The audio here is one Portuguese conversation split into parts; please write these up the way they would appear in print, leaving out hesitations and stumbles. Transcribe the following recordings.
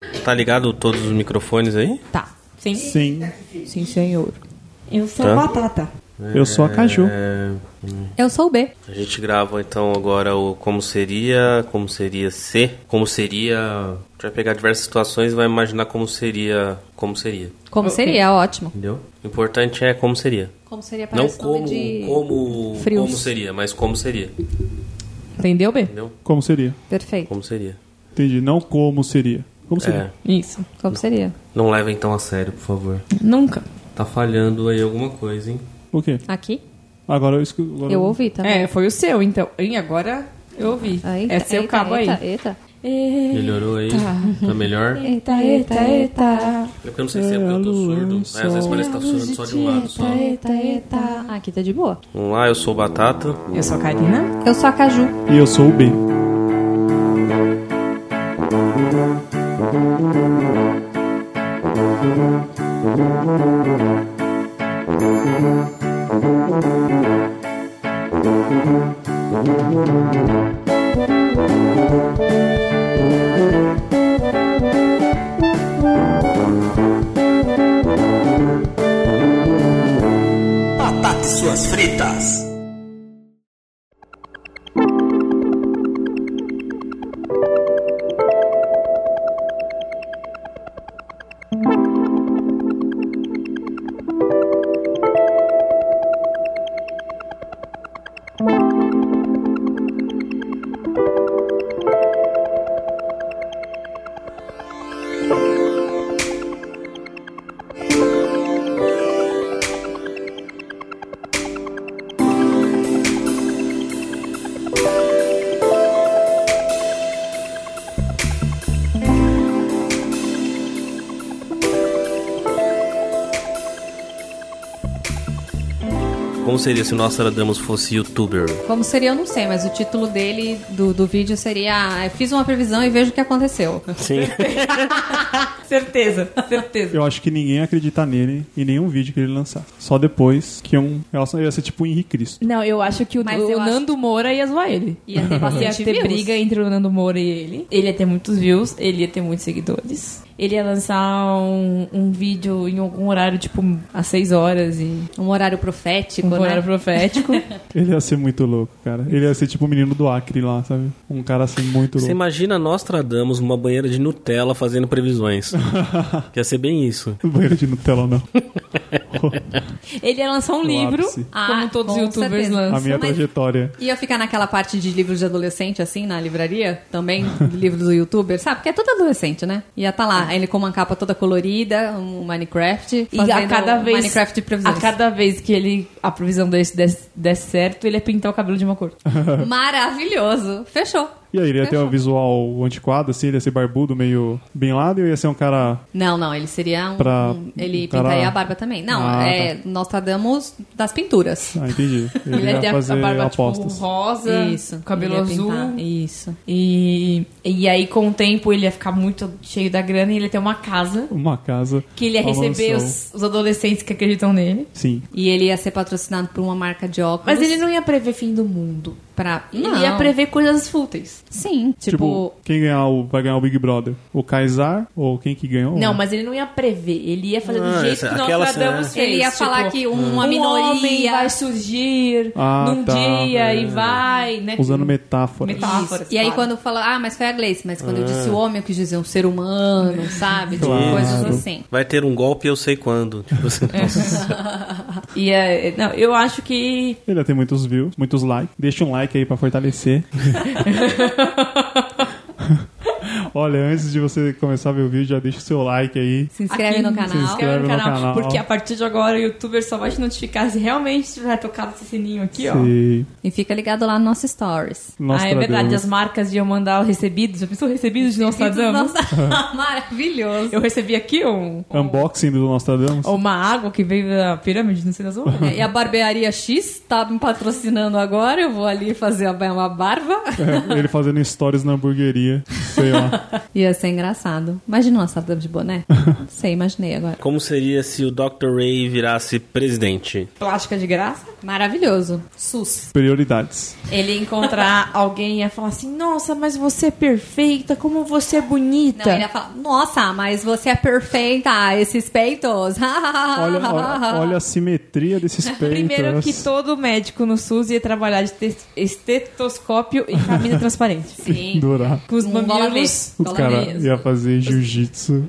Tá ligado todos os microfones aí? Tá. Sim? Sim, senhor. Eu sou Tá. Batata. Eu sou a Caju. Eu sou o B. A gente grava então agora o como seria se, como seria... A gente vai pegar diversas situações e vai imaginar como seria. Como seria, ótimo. Entendeu? O importante é como seria. Como seria Não parece nome de frios. como seria, mas como seria. Entendeu, B? Entendeu? Como seria? Perfeito. Como seria. Entendi. Não como seria. Como seria? Isso. Como seria? Não leva então a sério, por favor. Nunca. Tá falhando aí alguma coisa, hein? O quê? Aqui? Agora eu Eu ouvi também. Foi o seu, então. E agora eu ouvi. Eita, É seu cabo aí. Eita. Melhorou aí? Tá melhor? Eita. É porque eu não sei se é porque eu tô surdo. Às vezes parece que tá surdo só de um lado só. Eita. Aqui tá de boa. Vamos lá, eu sou o Batata. Eu sou a Karina. Eu sou a Caju. E eu sou o B. Batata e suas fritas. Como seria se o Nostradamus fosse youtuber? Como seria, eu não sei, mas o título dele, do vídeo, seria fiz uma previsão e vejo o que aconteceu. Sim. Certeza. Eu acho que ninguém ia acreditar nele em nenhum vídeo que ele lançar. Só depois que ia ser tipo o Henrique Cristo. Não, eu acho que o Mas eu Nando Moura ia zoar ele. Ia ter Ia bastante ter views. briga entre o Nando Moura e ele. Ele ia ter muitos views, ele ia ter muitos seguidores. Ele ia lançar um vídeo em algum horário, tipo, às 6 horas e... Um horário profético, Um né? horário profético. Ele ia ser muito louco, cara. Ele ia ser tipo o menino do Acre lá, sabe? Um cara assim muito Você louco. imagina Nostradamus numa banheira de Nutella fazendo previsões. Que ia ser bem isso. Banheiro de Nutella, não. Ele ia lançar um O livro, ápice. como todos os com youtubers certeza. A lançam. minha Mas- trajetória. Ia ficar naquela parte de livros de adolescente, assim, na livraria, também, livros do youtuber, sabe? Porque é tudo adolescente, né? Ia tá lá, ele com uma capa toda colorida, um Minecraft, E a cada vez, Minecraft de previsões. a cada vez que a previsão desse certo, ele ia pintar o cabelo de uma cor. Maravilhoso. Fechou. E aí, ele ia ter Fechou. um visual antiquado, assim, ele ia ser barbudo, meio Bin Laden, ou ia ser um cara... Não, ele seria ele um cara- pintaria a barba também. Não, Nostradamus das pinturas. Ah, entendi. Ele Ele ia ter ia a fazer barba apostas. tipo rosa, Isso. cabelo ele ia azul. pintar. Isso. E aí, com o tempo, ele ia ficar muito cheio da grana e ele ia ter uma casa Uma casa. que ele ia uma receber mansão. os adolescentes que acreditam nele. Sim. E ele ia ser patrocinado por uma marca de óculos. Mas ele não ia prever fim do mundo. Ele Não. ia prever coisas fúteis. Sim. Tipo, quem vai ganhar o Big Brother? O Kaysar ou quem que ganhou? Não, mas ele não ia prever. Ele ia fazer do jeito que aquela Nostradamus cena- fez. Ele ia falar que uma minoria homem vai surgir num tá. dia e vai, né? Usando metáforas. Metáforas. E aí claro. quando fala, mas foi a Gleice, mas quando eu disse o homem, eu quis dizer um ser humano, sabe? Tipo, Claro. coisas assim. Vai ter um golpe, eu sei quando. Tipo assim. Não, eu acho que Ele ia ter muitos views, muitos likes. Deixa um like aí pra fortalecer. Olha, antes de você começar a ver o vídeo, já deixa o seu like aí. Se inscreve Aqui, no canal. se inscreve no canal. Porque a partir de agora o youtuber só vai te notificar se realmente tiver tocado esse sininho aqui, ó. E... E fica ligado lá no nosso stories. É verdade, as marcas iam mandar os recebidos. Já pensou recebidos de Nostradamus? Maravilhoso. Eu recebi aqui Unboxing do Nostradamus. uma água que veio da pirâmide, não sei das onde. E a barbearia X tá me patrocinando agora. Eu vou ali fazer uma barba. Ele fazendo stories na hamburgueria. Sei lá. Ia ser engraçado. Imagina uma startup de boné. Não sei, imaginei agora. Como seria se o Dr. Ray virasse presidente? Plástica de graça. Maravilhoso. SUS. Prioridades. Ele encontrar alguém e ia falar assim, nossa, mas você é perfeita, como você é bonita. Não, ele ia falar, nossa, mas você é perfeita, esses peitos. Olha a simetria desses peitos. Primeiro que todo médico no SUS ia trabalhar de estetoscópio e camisa transparente. Sim. Durar. Com os Um bola mamilos. Os caras iam fazer jiu-jitsu.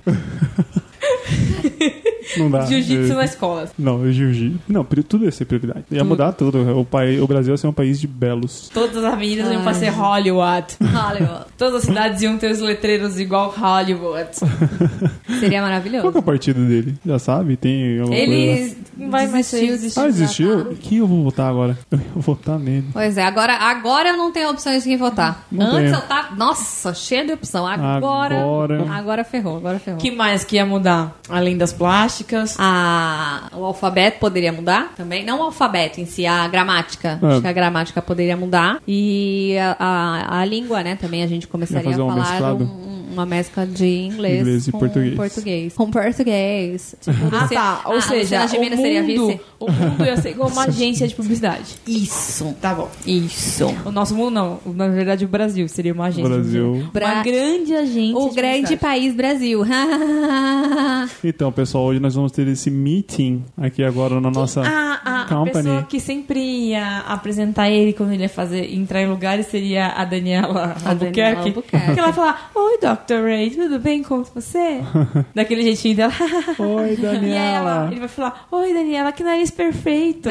Não dá. Jiu-jitsu na escola. Não, jiu-jitsu. Não, tudo ia ser prioridade. Ia mudar tudo. O Brasil ia ser um país de belos. Todas as meninas iam pra ser Hollywood. Hollywood. Todas as cidades iam ter os letreiros igual Hollywood. Seria maravilhoso. Qual que é o partido dele? Já sabe? Tem alguma coisa? Ele não vai mais ser. Ah, existiu? Quem eu vou votar agora? Eu vou votar nele. Pois é, agora eu não tenho opções de quem votar. Não Antes tenho. eu tava... Nossa, cheio de opção. Agora ferrou. O que mais que ia mudar? Além das plásticas. O alfabeto poderia mudar também. Não o alfabeto em si, a gramática. Acho que a gramática poderia mudar. E a língua, né? Também a gente começaria a fazer um falar mestrado? uma mescla de inglês e com português. Com português. Tipo, Ou seja, Gimena seria vice? o mundo ia ser igual uma agência de publicidade. Isso. Tá bom. Isso. O nosso mundo não. Na verdade, o Brasil seria uma agência. Brasil. Uma grande agência. O de grande publicidade. país Brasil. Então, pessoal, hoje nós vamos ter esse meeting aqui agora na nossa A company. pessoa que sempre ia apresentar ele quando ele ia entrar em lugares seria a Daniela Albuquerque. Que ela ia falar, oi, Dr. Ray, tudo bem com você? Daquele jeitinho dela. Oi, E aí Daniela. ele vai falar, oi, Daniela, que nariz perfeito.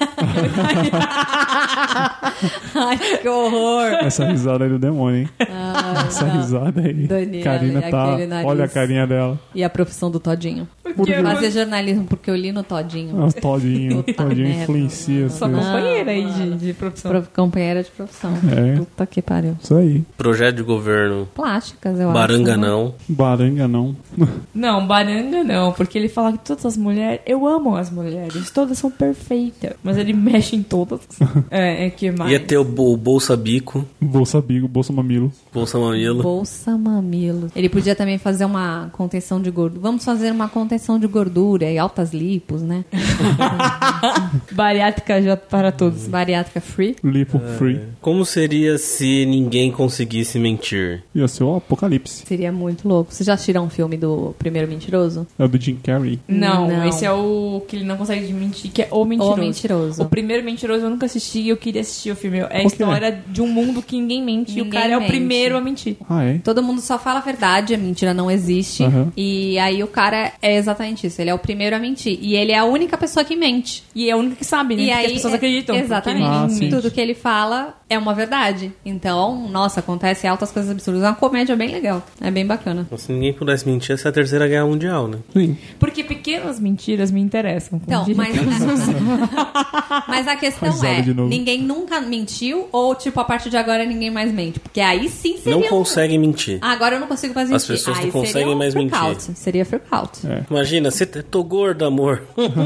Ai, que horror. Essa risada aí do demônio, hein? Essa risada aí. Daniela, Karina e tá... aquele nariz. Olha a carinha dela. E a profissão do Todinho. Por quê? Fazer jornalismo porque eu li no Todinho. Ah, Todinho. Puta Todinho merda. influencia. Sua seus- companheira aí de profissão. Companheira de profissão. É. Puta que pariu. Isso aí. Projeto de governo. Plásticas, eu Baranga acho. né? não. Baranga não. Não, baranga não, porque ele fala que todas as mulheres, eu amo as mulheres, todas são perfeitas, mas ele mexe em todas. É que mais? Ia ter o Bolsa Bico, Bolsa bigo, bolsa mamilo. Bolsa Mamilo. Bolsa mamilo. Ele podia também fazer uma contenção de gordura. Vamos fazer uma contenção de gordura e altas lipos, né? Bariátrica já para todos. Bariátrica free. Lipo free. Como seria se ninguém conseguisse mentir? Ia ser o apocalipse. Seria muito louco. Vocês já assistiram um filme do Primeiro Mentiroso? É o do Jim Carrey. Não, Não. esse é o que ele não consegue mentir, que é O Mentiroso. O Mentiroso. O primeiro Mentiroso eu nunca assisti e eu queria assistir o filme. É a Qual que é? história de um mundo que ninguém mente e o Ninguém cara é o mente. primeiro a mentir. Ah, é? Todo mundo só fala a verdade, a mentira não existe. Aham. E aí o cara é exatamente isso. Ele é o primeiro a mentir. E ele é a única pessoa que mente. E é a única que sabe, né? E Porque aí, as pessoas acreditam. porque exatamente. Ah, ninguém sim. mente. Tudo que ele fala é uma verdade. Então, nossa, acontece altas coisas absurdas. É uma comédia bem legal. É bem bacana. Se ninguém pudesse mentir, essa é a Terceira Guerra Mundial, né? Sim. Porque pequenas mentiras me interessam. como Então, diria mas a questão Risada é, de novo. ninguém nunca mentiu ou, tipo, a partir de agora ninguém mais mente? Porque aí sim seria... Não consegue mentir. Ah, agora eu não consigo mais mentir. As pessoas não Aí conseguem seria um mais freak mentir. out. Seria freak out. Imagina, você tô gordo, amor.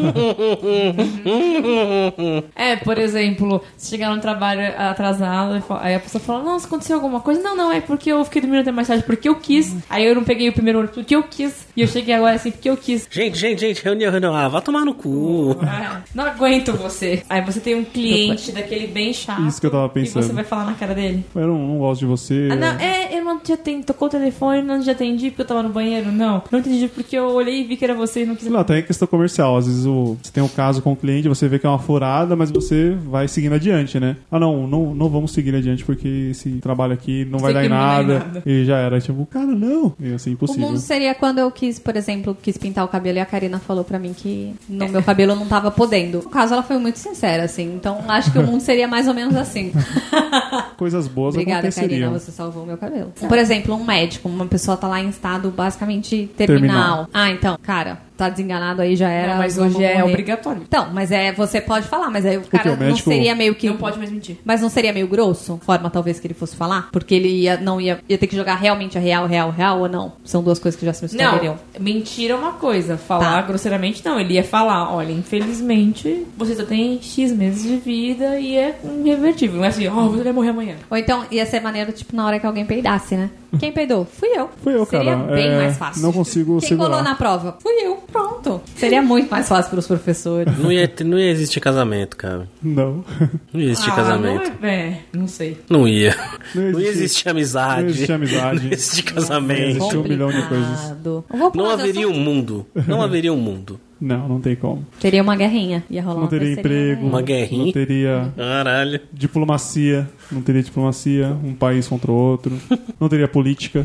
É, por exemplo, se chegar no trabalho atrasado, aí a pessoa fala, nossa, aconteceu alguma coisa? Não, é porque eu fiquei dormindo até mais tarde, porque eu quis. Aí eu não peguei o primeiro ônibus porque eu quis. E eu cheguei agora assim, porque eu quis. Gente, reunião. Ah, vá tomar no cu. Não aguento você. Aí você tem um cliente daquele bem chato. Isso que eu tava E pensando. você vai falar na cara dele. Eu não gosto de você. Ah, não, eu não te atendi. Tocou o telefone, não te atendi porque eu tava no banheiro. Não entendi porque eu olhei e vi que era você e não quis. Sei lá, tem a questão comercial. Às vezes você tem um caso com o cliente, você vê que é uma furada, mas você vai seguindo adiante, né? Ah, não vamos seguir adiante porque esse trabalho aqui não vai Sei dar em que não vai dar em nada. nada. E já era, tipo, cara, não. E assim, O impossível. mundo seria quando eu quis, por exemplo, pintar o cabelo e a Karina falou pra mim que no meu cabelo não tava podendo. No caso, ela foi muito sincera, assim. Então, acho que o mundo seria mais ou menos assim. Coisas boas Obrigada, Karina, aconteceriam. você salvou meu cabelo. Por exemplo, um médico, uma pessoa tá lá em estado basicamente terminal. Ah, então, cara, tá desenganado aí, já era. Mas vamos hoje é morrer. obrigatório. Então, mas você pode falar, mas aí o que, cara o médico não seria meio que... Não pode mais mentir. Mas não seria meio grosso? Forma, talvez, que ele fosse falar? Porque ele ia ter que jogar realmente a real ou não? São duas coisas que já se misturariam. Não, mentira é uma coisa. Falar Tá. grosseiramente, não. Ele ia falar, olha, infelizmente, você só tem X meses de vida e é irrevertível. Não é assim, você vai morrer amanhã. Ou então, ia ser maneiro, tipo, na hora que alguém peidasse, né? Quem peidou? Fui eu. Fui eu, Seria cara. bem mais fácil. Não consigo Quem segurar. colou na prova? Fui eu. Pronto. Seria muito mais fácil para os professores. Não ia existir casamento, cara. Não. Não ia existir casamento. Não sei. Não ia. Não Ia existir amizade. Não existia amizade. Não ia existir casamento. Existe um milhão de coisas. Complicado. Eu vou pular Não de haveria assunto. um mundo. Não haveria um mundo. Não tem como. Teria uma guerrinha. Ia rolar Não uma teria terceira emprego. Uma Não guerrinha. teria Caralho. diplomacia. Não teria diplomacia. Um país contra o outro. Não teria política.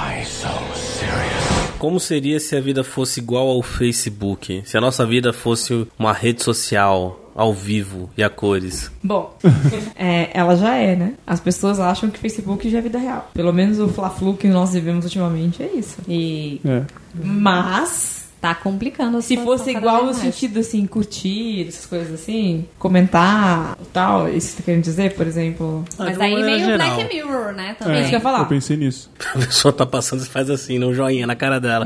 Como seria se a vida fosse igual ao Facebook? Se a nossa vida fosse uma rede social, ao vivo e a cores? Bom, ela já é, né? As pessoas acham que Facebook já é vida real. Pelo menos o Fla-Flu que nós vivemos ultimamente é isso. E É. Mas... tá complicando a Se situação fosse cada igual no vez mais. sentido assim, curtir, essas coisas assim, comentar e tal, isso que tá querendo dizer, por exemplo. Mas de uma aí maneira meio geral. Black Mirror, né? Também. isso que eu ia falar. Eu pensei nisso. A pessoa tá passando e faz assim, um joinha na cara dela.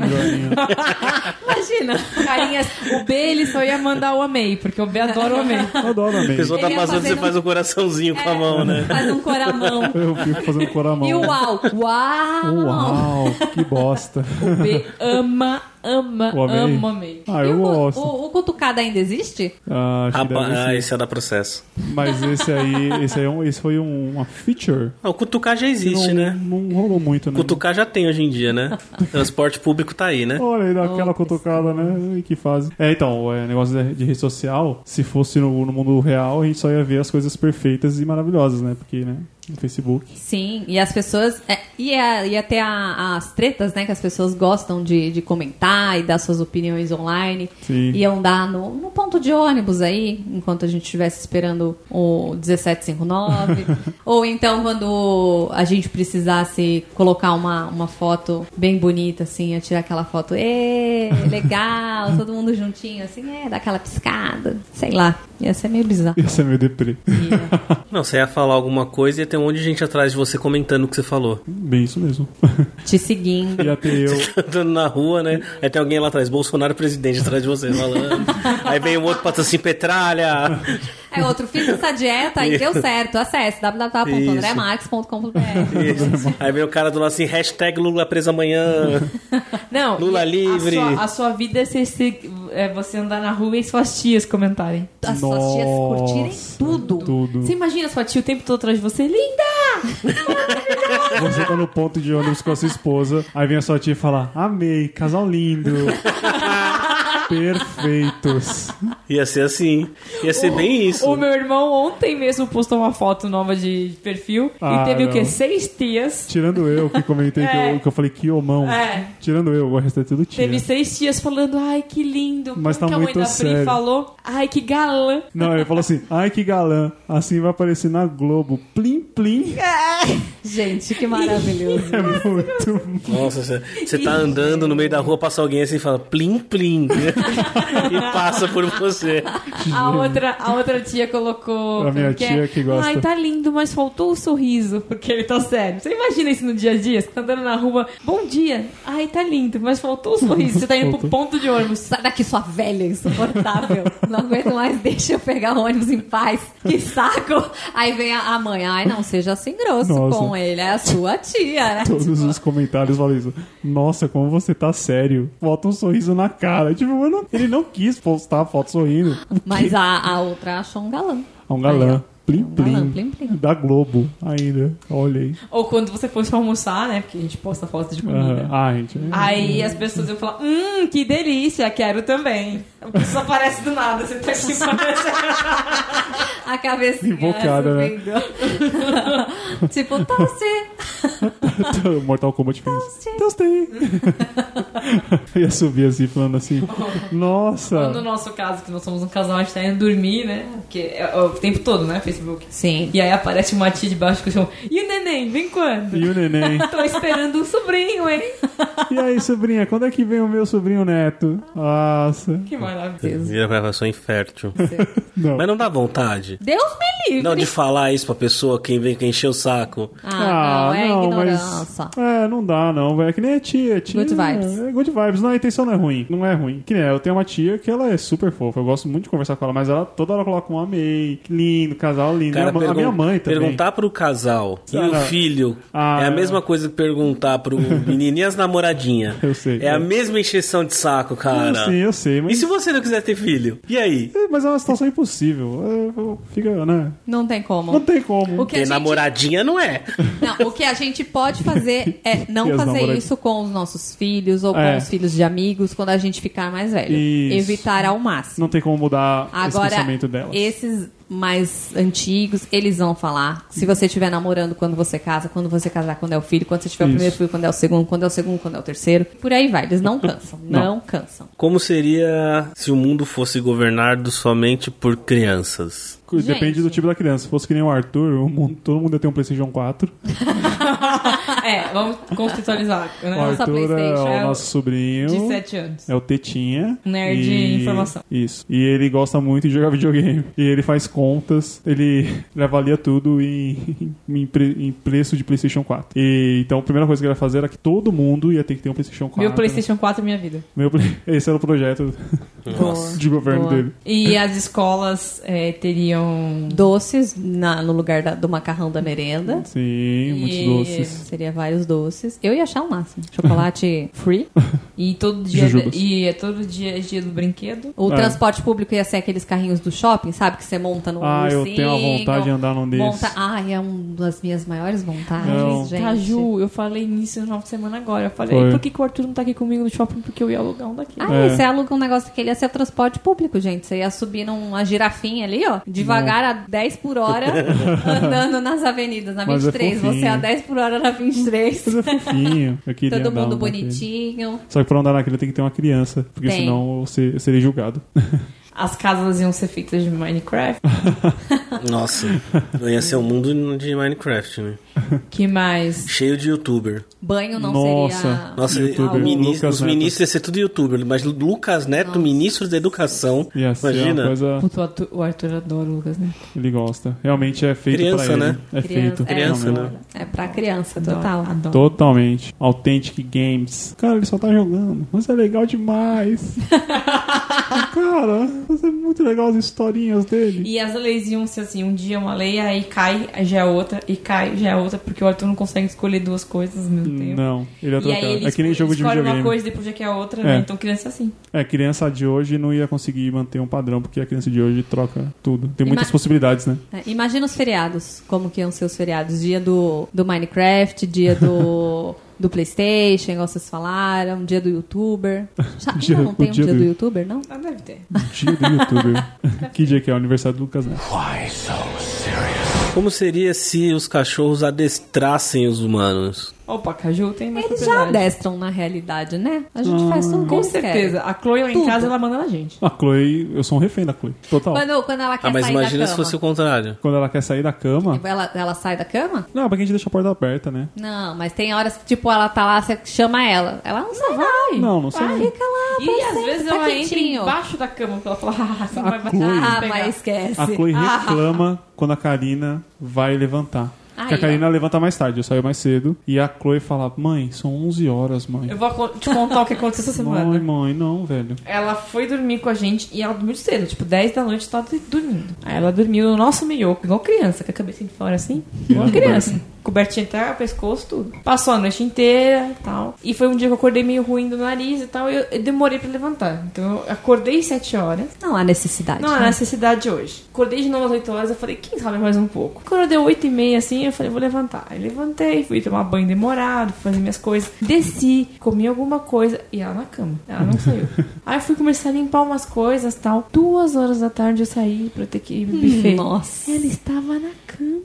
Imagina. Carinhas, o B ele só ia mandar o amei, porque o B adora o amei. Eu adoro A amei. pessoa tá Ele ia passando e você fazendo- faz um coraçãozinho com a mão, né? Faz um coramão. Eu fico fazendo coramão. E uau. Uau. Uau, que bosta. O B ama O amei? amei. Ah, E eu o, gosto. o cutucado ainda existe? Ah, acho que deve Rapaz, ser. esse ia dar processo. Mas esse foi uma feature Não, o cutucar já que existe, não, né? não rolou muito, né? Cutucar já tem hoje em dia, né? Transporte público tá aí, né? Olha aí, daquela cutucada, né? E que fase. Então, o negócio de rede social, se fosse no mundo real, a gente só ia ver as coisas perfeitas e maravilhosas, né? Porque, né? No Facebook. Sim, e as pessoas... ia ter as tretas, né? Que as pessoas gostam de comentar e dar suas opiniões online. Sim. Iam dar no ponto de ônibus aí, enquanto a gente estivesse esperando o 1759. Ou então, quando a gente precisasse colocar uma foto bem bonita, assim, ia tirar aquela foto, legal, todo mundo juntinho, assim, dar aquela piscada. Sei lá, ia ser meio bizarro. Ia ser meio deprê. Não, você ia falar alguma coisa e ia ter um monte de gente atrás de você comentando o que você falou. Bem isso mesmo. Te seguindo. Ia ter eu. Andando na rua, né? Aí tem alguém lá atrás, Bolsonaro presidente atrás de você falando. Aí vem um outro pra assim, petralha. Outro, fiz essa dieta e deu certo. Acesse www.andremarques.com.br. Isso. Aí vem o cara do lado assim, hashtag Lula preso amanhã. Não, Lula e livre. A sua vida é você andar na rua e suas tias comentarem. As suas tias curtirem tudo. Você imagina a sua tia o tempo todo atrás de você? Linda! Você tá no ponto de ônibus com a sua esposa, aí vem a sua tia e fala: amei, casal lindo. Perfeitos. Ia ser assim. Ia ser bem isso. O meu irmão ontem mesmo postou uma foto nova de perfil e teve o quê? não. 6 tias. Tirando eu que comentei que eu falei que homão. É. Tirando eu, o resto é tudo tia. Teve 6 tias falando, ai, que lindo. Mas Como tá que a muito mãe da Pri sério. falou? Ai, que galã. Não, ele falou assim: ai que galã. Assim vai aparecer na Globo. Plim, plim. Gente, que maravilhoso. É muito. Nossa, você tá andando no meio da rua, passa alguém assim e fala plim, plim. E passa por você. A outra tia colocou... A minha que tia que gosta. Ai, tá lindo, mas faltou o sorriso. Porque ele tá sério. Você imagina isso no dia a dia? Você tá andando na rua, bom dia. Ai, tá lindo, mas faltou o sorriso. Você tá indo pro ponto de ônibus. Sai daqui, sua velha insuportável. Não aguento mais, deixa eu pegar o ônibus em paz. Que saco. Aí vem a mãe. Ai, não seja assim grosso Nossa. com ele. É a sua tia, né? Todos os comentários falam isso. Nossa, como você tá sério. Falta um sorriso na cara. Tipo, mano, ele não quis postar a foto sorrindo. Mas a outra achou um galã. Um galã. Plim, galã, plim. plim, plim. Da Globo ainda. Olhei. Ou quando você fosse almoçar, né? Porque a gente posta foto de comida. Gente. Aí as pessoas iam falar, que delícia, quero também. A pessoa aparece do nada, você tá aqui parecendo... A cabecinha Invocada, né? subindo. Tipo, tosse. Mortal Kombat fez. Tostei. Ia subir assim, falando assim. Nossa. No nosso caso, que nós somos um casal, a gente tá indo dormir, né? Porque é o tempo todo, né? Facebook. Sim. E aí aparece uma tia de baixo que chama, e o neném, vem quando? E o neném. Tô esperando um sobrinho, hein? E aí, sobrinha, quando é que vem o meu sobrinho neto? Nossa. Que maravilha. Vira pra pessoa infértil. Não. Mas não dá vontade. Deus me livre. Não, de falar isso pra pessoa, quem vem que encher o saco. Não, é ignorância. Mas... não dá, não, velho. É que nem a tia. Good vibes. É good vibes. Não, a intenção não é ruim. Não é ruim. Que nem eu tenho uma tia que ela é super fofa. Eu gosto muito de conversar com ela, mas ela toda hora coloca um amei, que lindo, casal casal lindo. Cara, A minha mãe também. Perguntar pro casal e o filho é a mesma coisa que perguntar pro menino e as namoradinhas. Eu sei. É a mesma encheção de saco, cara. Sim, eu sei. Mas... E se você não quiser ter filho? E aí? Mas é uma situação impossível. Fica, né? Não tem como. Não tem como. O que Porque a gente... namoradinha não é. Não, o que a gente pode fazer é não fazer isso com os nossos filhos ou com os filhos de amigos quando a gente ficar mais velho. Isso. Evitar ao máximo. Não tem como mudar esse Agora, pensamento delas. esses mais antigos, eles vão falar. Se você estiver namorando quando você casa, quando você casar, quando é o filho, quando você tiver o primeiro filho, quando é o segundo, quando é o segundo, quando é o terceiro. Por aí vai, eles não cansam. Não cansam. Como seria se o mundo fosse governado somente por crianças? Depende do tipo da criança. Se fosse que nem o Arthur, todo mundo ia ter um PlayStation 4. Vamos contextualizar. Né? O Arthur é o nosso sobrinho. De 7 anos. É o Tetinha. Nerd de informação. Isso. E ele gosta muito de jogar videogame. E ele faz contas, ele avalia tudo em preço de PlayStation 4. Então a primeira coisa que ele vai fazer era que todo mundo ia ter que ter um PlayStation 4. Meu PlayStation 4 é minha vida. Esse era o projeto de governo dele. E as escolas teriam doces no lugar do macarrão da merenda. Sim, muitos doces. Seria vários doces. Eu ia achar o máximo. Chocolate free. E todo dia Jujubas. todo dia é dia do brinquedo. O transporte público ia ser aqueles carrinhos do shopping, sabe? Que você monta no ursinho. Eu tenho a vontade de andar num desses. É uma das minhas maiores vontades, gente. Caju, eu falei nisso no final de semana agora. Eu falei, por que o Arthur não tá aqui comigo no shopping? Porque eu ia alugar um daqui. Você aluga um negócio daquele, ia ser o transporte público, gente. Você ia subir numa girafinha ali, ó, devagar a 10 por hora, andando nas avenidas. Na 23, você a 10 por hora na 23. Mas é fofinho. Eu queria Todo andar mundo naquele. bonitinho. Só que pra andar naquele tem que ter uma criança, porque Tem. senão eu seria julgado. As casas iam ser feitas de Minecraft. Nossa, ia ser um mundo de Minecraft, né? Que mais? Cheio de youtuber. Banho não seria... Nossa, YouTuber, os ministros iam ser tudo youtuber, mas Lucas Neto, ministro da educação, Ia ser imagina. uma coisa... Puta, o Arthur adora o Lucas, né? Ele gosta. Realmente é feito Criança, pra ele. né? É feito. Criança, né? É pra criança, total. Adoro. Totalmente. Authentic Games. Cara, ele só tá jogando. Mas é legal demais. Cara, mas é muito legal as historinhas dele. E as leis iam ser assim, um dia uma lei, aí cai, aí já é outra, e cai, já é outra, porque o Arthur não consegue escolher duas coisas ao mesmo tempo. Não, ele ia E trocar. aí ele É que nem jogo de escolhe videogame. uma coisa e depois já quer a outra, né? Então criança é assim. Criança de hoje não ia conseguir manter um padrão, porque a criança de hoje troca tudo. Tem muitas possibilidades, né? Imagina os feriados, como que iam ser os feriados. Dia do Minecraft, dia do PlayStation, igual vocês falaram, dia do YouTuber. Não tem um dia do YouTuber, não? Ah, deve ter. Dia do YouTuber. Que dia que é o aniversário do Lucas, né? Como seria se os cachorros adestrassem os humanos? Opa, Caju tem mais Eles já propriedade. adestram na realidade, né? A gente faz tudo Com que eles certeza. querem. A Chloe lá em Tudo. casa, ela manda na gente. A Chloe, eu sou um refém da Chloe. Total. Quando ela quer Mas sair da imagina cama. se fosse o contrário. Quando ela quer sair da cama... Ela sai da cama? Não, porque a gente deixa a porta aberta, né? Não, mas tem horas que, tipo, ela tá lá, você chama ela. Ela não sai, vai. Não sei. Fica lá, E às senta, vezes tá ela entra quentinho. embaixo da cama, porque ela fala, você não vai Chloe. bater. Mas esquece. A Chloe reclama quando a Karina vai levantar. Porque Aí, a Karina levanta mais tarde, eu saio mais cedo. E a Chloe fala, mãe, são 11 horas, mãe. Eu vou te contar o que aconteceu essa semana. Mãe, não, velho. Ela foi dormir com a gente e ela dormiu cedo, tipo 10 da noite tava dormindo. Aí ela dormiu no nosso meioco, igual criança, com a cabeça de fora assim, igual criança. Cobertinha até o pescoço, tudo. Passou a noite inteira e tal. E foi um dia que eu acordei meio ruim do nariz e tal, e eu demorei pra levantar. Então eu acordei 7 horas. Não há necessidade. Não há necessidade hoje. Acordei de novo às 8 horas, eu falei, quem sabe mais um pouco. Quando deu 8h30 assim, eu falei, vou levantar. Aí levantei, fui tomar banho demorado, fui fazer minhas coisas. Desci, comi alguma coisa e ela na cama. Ela não saiu. Aí eu fui começar a limpar umas coisas e tal. 2 horas da tarde eu saí pra ter que ir no buffet. Nossa. Ela estava na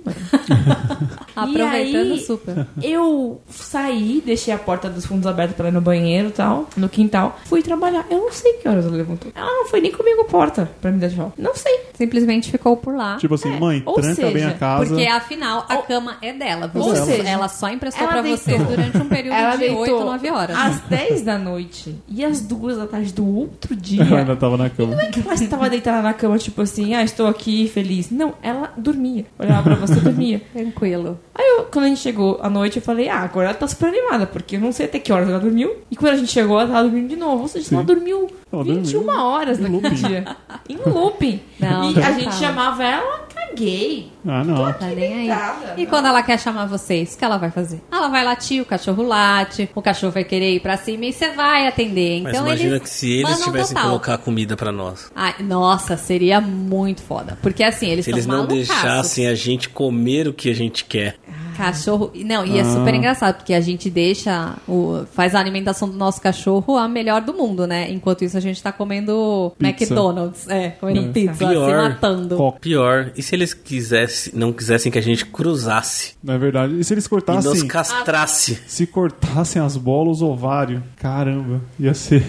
cama. Aproveitando aí, super. Eu saí, deixei a porta dos fundos aberta pra ir no banheiro e tal, no quintal. Fui trabalhar. Eu não sei que horas ela levantou. Ela não foi nem comigo a porta pra me dar de volta. Não sei. Simplesmente ficou por lá. Tipo assim, mãe, ou tranca seja, bem a casa. Porque afinal a cama é dela. Ou seja, ela só emprestou ela pra deitou. vocês durante um período Ela de deitou 8, 9 horas. às 10 da noite e às 2 da tarde do outro dia. Ela ainda tava na cama. Não é que ela estava deitada na cama, tipo assim, estou aqui feliz. Não, ela dormia. Olhava pra você, dormia. Tranquilo. Aí, quando a gente chegou à noite, eu falei, agora ela tá super animada, porque eu não sei até que horas ela dormiu. E quando a gente chegou, ela tava dormindo de novo. Ou seja, ela dormiu Ela 21 dormiu. horas Em naquele looping. dia. Em looping. Não, e não a gente tava. chamava ela, gay. Ah, não. Tá nem aí. Nada, E quando ela quer chamar vocês, o que ela vai fazer? Ela vai latir, o cachorro late, o cachorro vai querer ir pra cima e você vai atender. Mas Então imagina que se eles mandam tivessem que total. colocar comida pra nós. Ai, nossa, seria muito foda. Porque assim, eles Se estão eles não malucaços. deixassem a gente comer o que a gente quer. Cachorro... Não, e é super engraçado, porque a gente deixa... faz a alimentação do nosso cachorro a melhor do mundo, né? Enquanto isso, a gente tá comendo Pizza. McDonald's. Comendo pizza, Pior. se matando. Coca. Pior, e se eles não quisessem que a gente cruzasse Não é verdade? E se eles e cortassem... nos castrasse? Se cortassem as bolas, o ovário, caramba, ia ser...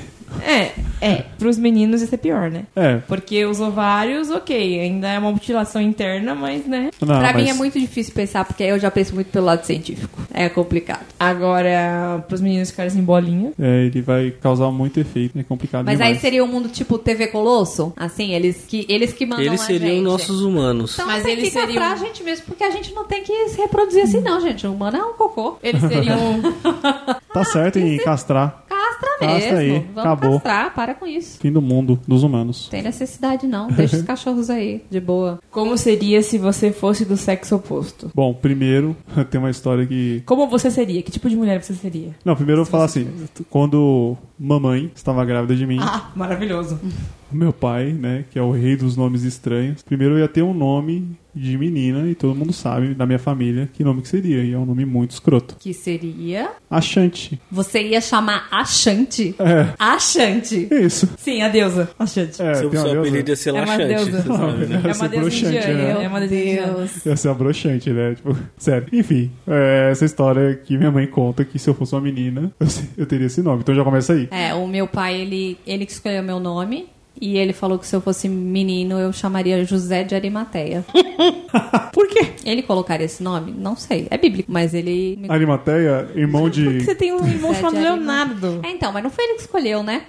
Pros meninos isso é pior, né? É. Porque os ovários, ok, ainda é uma mutilação interna, mas, né? Não, Pra mas mim é muito difícil pensar, porque eu já penso muito pelo lado científico. É complicado. Agora, pros meninos ficarem sem bolinha. ele vai causar muito efeito. É complicado Mas demais. aí seria um mundo tipo TV Colosso? Assim, eles que mandam Eles a seriam gente. nossos humanos. Então Mas tem eles que castrar seriam- a gente mesmo, porque a gente não tem que se reproduzir assim não, gente. O humano é um cocô. Eles seriam... Tá certo em castrar. Castra Castra mesmo. aí, Vamos acabou. castrar, para com isso. Fim do mundo, dos humanos. Tem necessidade não. Deixa os cachorros aí, de boa. Como seria se você fosse do sexo oposto? Bom, primeiro, tem uma história que... Como você seria? Que tipo de mulher você seria? Não, primeiro eu vou falar assim. Quando mamãe estava grávida de mim, Maravilhoso. o meu pai, né, que é o rei dos nomes estranhos, primeiro eu ia ter um nome de menina, e todo mundo sabe, da minha família, que nome que seria. E é um nome muito escroto. Que seria... Achante. Você ia chamar Achante? É, Achante. isso. Sim, a deusa. Achante. É, Seu tem uma deusa. apelido ia ser É uma laxante. deusa. você sabe, né? É uma ser deusa broxante, indiana. né? É uma deusa indiana. Deus. Ia ser abroxante, né? Tipo, sério. Enfim, essa história que minha mãe conta que se eu fosse uma menina, eu teria esse nome. Então já começa aí. O meu pai, ele que escolheu meu nome. E ele falou que se eu fosse menino, eu chamaria José de Arimateia. Por quê? Ele colocaria esse nome? Não sei. É bíblico, mas ele... Arimateia, irmão Porque de... você tem um irmão José chamado de Leonardo. Então, mas não foi ele que escolheu, né?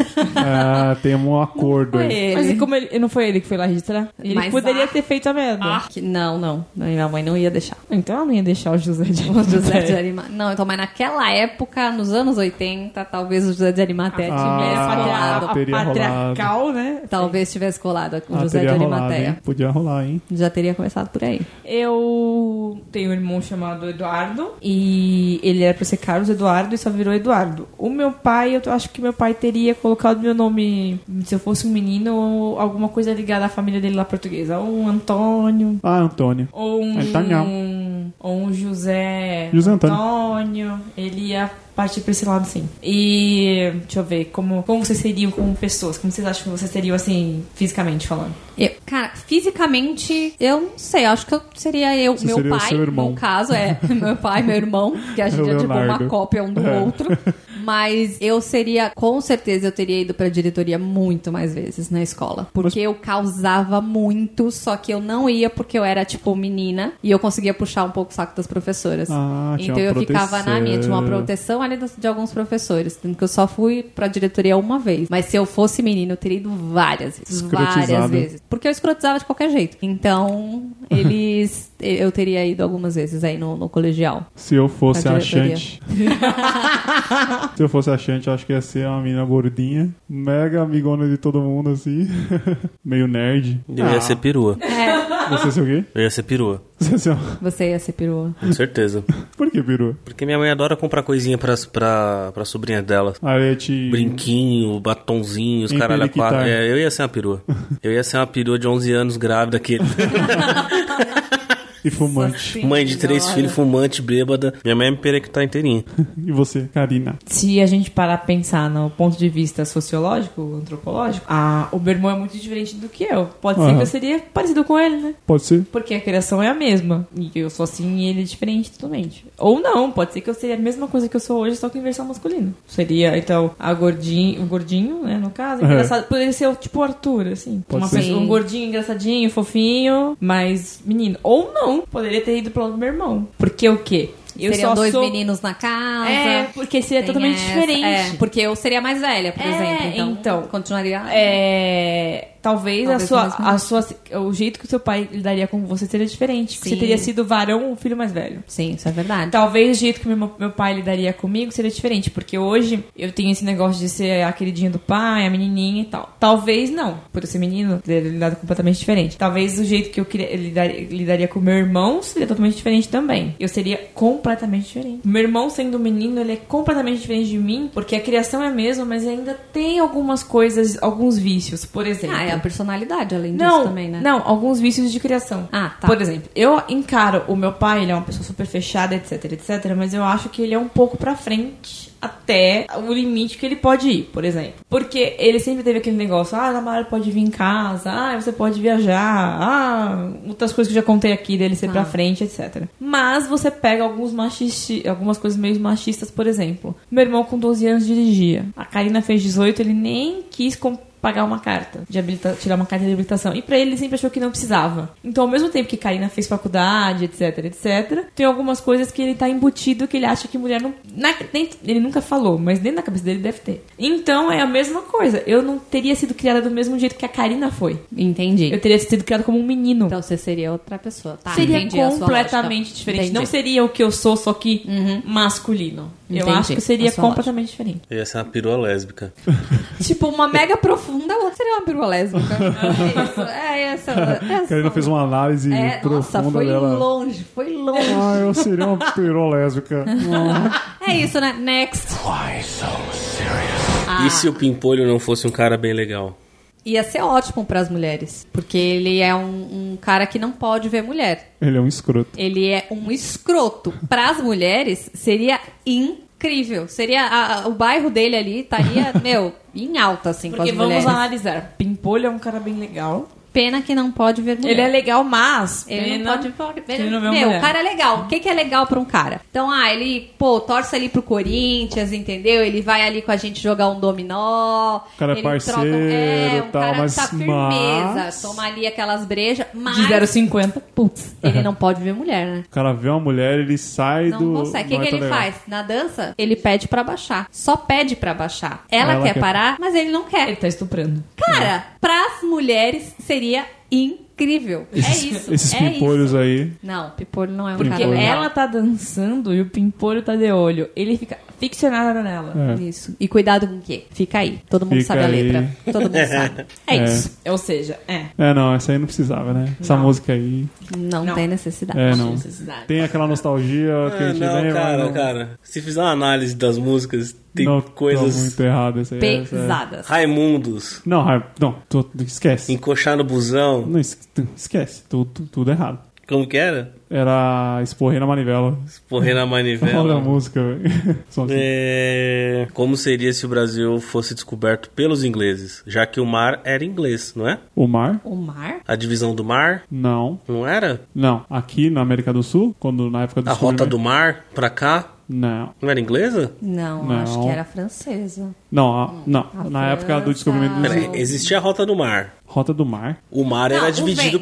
Ah, tem um acordo Foi aí. ele. Mas e como ele não foi ele que foi lá registrar? Ele Mas poderia ter feito a merda. Não. Minha mãe não ia deixar. Então ela não ia deixar o José de O José de Arimateia. Não, então, mas naquela época, nos anos 80, talvez o José de Arimateia tivesse colado. teria patriarcal, né? Talvez tivesse colado com o José de teria rolado, Arimateia. hein? Podia rolar, hein? Já teria começado por aí. Eu tenho um irmão chamado Eduardo e ele era pra ser Carlos Eduardo e só virou Eduardo. O meu pai, eu acho que meu pai teria colocado meu nome, se eu fosse um menino, ou alguma coisa ligada à família dele lá portuguesa. Ou um Antônio, Ah, Antônio. ou um José José Antônio. Ele ia partir pra esse lado, sim. E deixa eu ver, como vocês seriam como pessoas? Como vocês acham que vocês seriam, assim, fisicamente falando? Cara, fisicamente, eu não sei. Acho que eu seria eu, Você meu seria o pai, seu irmão. no caso, meu pai, meu irmão, que a gente é tipo uma Leonardo. cópia um do outro. Mas eu seria, com certeza, eu teria ido pra diretoria muito mais vezes na escola. Porque eu causava muito, só que eu não ia porque eu era, tipo, menina. E eu conseguia puxar um pouco o saco das professoras. Ah, tinha Então uma eu ficava proteção. na minha, tinha uma proteção ali de alguns professores. Tanto que eu só fui pra diretoria uma vez. Mas se eu fosse menino, eu teria ido várias vezes. Várias Escrotizado. vezes. Porque eu escrotizava de qualquer jeito. Então, eu teria ido algumas vezes aí no colegial. Se eu fosse A diretoria. achante. Se eu fosse achante, eu acho que ia ser uma menina gordinha, mega amigona de todo mundo, assim. Meio nerd. Eu ia ser perua. Você ser o quê? Eu ia ser perua. Você ser... Você ia ser perua. Com certeza. Por que perua? Porque minha mãe adora comprar coisinha pra sobrinha dela. Arete... Brinquinho, batonzinho, os caralho a Empiriquitar. quatro. Eu ia ser uma perua. Eu ia ser uma perua de 11 anos, grávida, aquele. E fumante. Mãe de 3 filhos, fumante, bêbada. Minha mãe é me perequetar inteirinha. E você, Karina? Se a gente parar pra pensar no ponto de vista sociológico, antropológico, o meu irmão é muito diferente do que eu. Pode ser Aham. que eu seria parecido com ele, né? Pode ser? Porque a criação é a mesma. E eu sou assim e ele é diferente totalmente. Ou não, pode ser que eu seria a mesma coisa que eu sou hoje, só que em versão masculina. Seria, então, o gordinho, né, no caso. Engraçado. Poderia ser tipo o Arthur, assim. Pode Uma ser. pessoa, um gordinho, engraçadinho, fofinho, mas menino. Ou não, poderia ter ido pro lado do meu irmão. Porque o quê? Eu Seriam só dois sou... meninos na casa. porque seria Tem totalmente essa. diferente. Porque eu seria mais velha, por exemplo. Então, então. continuaria... talvez o jeito que o seu pai lidaria com você seria diferente. Porque você teria sido varão, o filho mais velho. Sim, isso é verdade. Talvez o jeito que meu pai lidaria comigo seria diferente. Porque hoje eu tenho esse negócio de ser a queridinha do pai, a menininha e tal. Talvez não. Por eu ser menino, teria lidado completamente diferente. Talvez o jeito que eu lidaria com meu irmão seria totalmente diferente também. Eu seria completamente diferente. Meu irmão, sendo menino, ele é completamente diferente de mim, porque a criação é a mesma, mas ainda tem algumas coisas, alguns vícios, por exemplo. É a personalidade, além disso também, né? Não, alguns vícios de criação. Tá. Por exemplo, eu encaro o meu pai, ele é uma pessoa super fechada, etc, mas eu acho que ele é um pouco pra frente até o limite que ele pode ir, por exemplo. Porque ele sempre teve aquele negócio, a Namara pode vir em casa, você pode viajar, outras coisas que eu já contei aqui dele ser pra frente, etc. Mas você pega algumas coisas meio machistas, por exemplo. Meu irmão com 12 anos dirigia. A Karina fez 18, ele nem quis pagar uma carta tirar uma carta de habilitação. E pra ele sempre achou que não precisava. Então, ao mesmo tempo que Karina fez faculdade, etc, tem algumas coisas que ele tá embutido que ele acha que mulher não... ele nunca falou, mas dentro da cabeça dele deve ter. Então, é a mesma coisa. Eu não teria sido criada do mesmo jeito que a Karina foi. Entendi. Eu teria sido criada como um menino. Então, você seria outra pessoa. Tá, seria completamente diferente. Entendi. Não seria o que eu sou, só que masculino. Eu acho que seria completamente diferente. Eu ia ser uma perua lésbica. Tipo, uma mega profunda, outra seria uma perua lésbica. Essa. A Karina fez uma análise profunda nossa, foi dela. Foi longe. Eu seria uma perua lésbica. É isso, né? Next. Why so serious? E se o Pimpolho não fosse um cara bem legal? Ia ser ótimo pras mulheres. Porque ele é um cara que não pode ver mulher. Ele é um escroto. Ele é um escroto. Pras mulheres, seria incrível. Seria... o bairro dele ali estaria, em alta, assim, com as Porque mulheres. vamos analisar. Pimpolho é um cara bem legal. Pena que não pode ver mulher. Ele é legal, mas... Ele não pode ver. ele não vê Meu, mulher. o cara é legal. O que é legal pra um cara? Então, ele, torce ali pro Corinthians, entendeu? Ele vai ali com a gente jogar um dominó. O cara é parceiro um tal, cara mas... tá firmeza. Toma ali aquelas brejas. Mas... De 0,50. Putz, ele não pode ver mulher, né? O cara vê uma mulher, ele sai Não do... consegue. O que ele faz? Na dança, ele pede pra baixar. Só pede pra baixar. Ela quer parar, mas ele não quer. Ele tá estuprando. Cara, pras mulheres seria incrível. É isso. Esses é pimpolhos isso. aí. Não, Pimpolho não é um Porque cara legal. ela tá dançando e o Pimpolho tá de olho. Ele fica ficcionado nela. Isso. E cuidado com o quê? Fica aí. Todo mundo Fica sabe aí. a letra. Todo mundo sabe. É isso. Ou seja, Não, essa aí não precisava, né? Essa música aí... Não tem necessidade. Não. necessidade. Tem aquela nostalgia que a gente vem... Cara. Se fizer uma análise das músicas, tem não, coisas... Tá muito errado essa aí. Pesadas. Raimundos. Não, esquece. Encoxar no busão. Não, esquece. Tudo errado. Como que era? Era Esporrei na Manivela. Esporrei na manivela. Olha a música, velho. Como seria se o Brasil fosse descoberto pelos ingleses? Já que o mar era inglês, não é? O mar? O mar? A divisão do mar? Não. Não era? Não. Aqui na América do Sul, na época do A rota do mar pra cá? Não. Não era inglesa? Não, acho que era francesa. Não. A Na época do descobrimento do Peraí, existia a rota do mar. Rota do Mar. O mar era dividido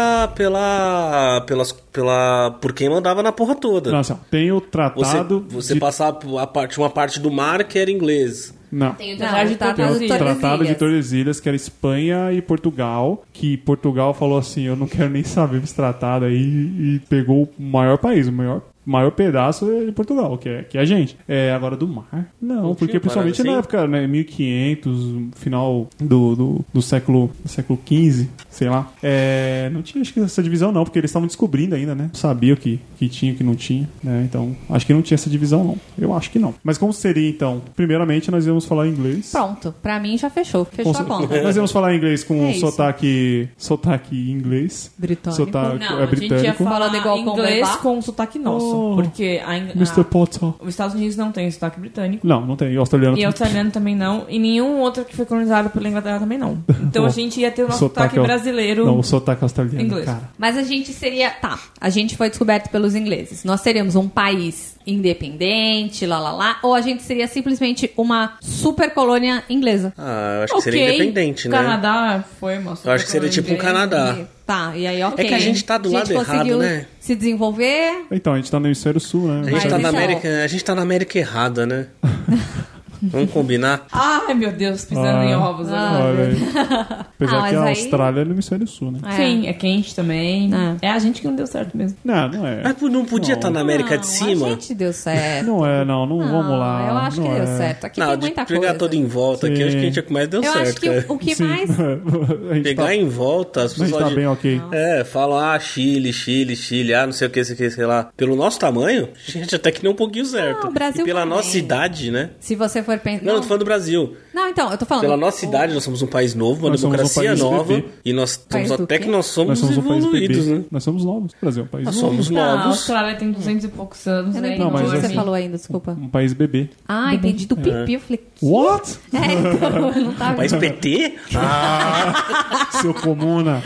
por quem mandava na porra toda. Não, assim, tem o tratado... Você passava uma parte do mar que era inglês. Não. Tem o Tratado de Tratado de Tordesilhas. Tordesilhas, que era Espanha e Portugal, que Portugal falou assim, eu não quero nem saber desse tratado aí, e pegou o maior país, o maior pedaço é de Portugal, que é a gente. Agora do mar, não, porque principalmente na época, né, 1500, final do século XV, sei lá, não tinha acho que essa divisão não, porque eles estavam descobrindo ainda, né, sabia o que tinha e o que não tinha, né, então acho que não tinha essa divisão não, eu acho que não. Mas como seria então? Primeiramente nós íamos falar inglês. Pronto, pra mim já fechou a conta. Nós íamos falar inglês com isso. sotaque inglês. Britânico. Sotaque Não, a gente ia britânico. falar Falando igual com inglês Bebá. com sotaque nosso. Porque Mr. Potter. os Estados Unidos não tem sotaque britânico. Não tem. E australiano E australiano também não. E nenhum outro que foi colonizado pela Inglaterra também não. Então a gente ia ter o nosso sotaque brasileiro. Não, o sotaque australiano, inglês. cara. Mas a gente seria... Tá, a gente foi descoberto pelos ingleses. Nós seríamos um país independente, ou a gente seria simplesmente uma super colônia inglesa. Eu acho que seria independente, o né? Canadá foi uma Eu acho que seria tipo um Canadá. Tá, e aí ok. É que a gente tá do lado errado, conseguiu né? se desenvolver... Então, a gente tá no hemisfério sul, né? A gente tá Mas na isso é América, a gente tá na América errada, né? Vamos combinar? Ai, meu Deus, pisando em ovos agora. Olha aí. Apesar mas que a aí- Austrália é no hemisfério sul, né? Sim, é quente também. É a gente que não deu certo mesmo. Não é. Mas não podia estar na América de cima? A gente deu certo. Não vamos lá. Eu acho que não deu é. certo. Aqui Não, tem de muita pegar coisa. todo em volta aqui, Sim. acho que a gente é o que mais deu Eu certo, acho que cara. o que Sim. mais... A gente Pegar tá, em volta, as a gente pessoas tá bem ok. falam, Chile, não sei o que, sei lá. Pelo nosso tamanho, a gente até que nem um pouquinho certo. o Brasil e pela também. nossa idade, né? Se você for pensar... Não, eu tô falando do Brasil. Não, então, eu tô falando... Pela nossa idade, nós somos um país novo, uma Nós somos um democracia país nova. bebê. E nós País estamos do até quê? que nós somos Nós somos um país evoluídos, bebê. né? Nós somos novos. O Brasil é um país Nós novo. somos Não, a novos. Austrália tem 200 e poucos anos. Eu não né? entendi mas o que você assim- falou ainda, desculpa. Um país bebê. Ah, entendi do pipi. Eu falei... What? Então, eu não tava... País PT? Seu comuna.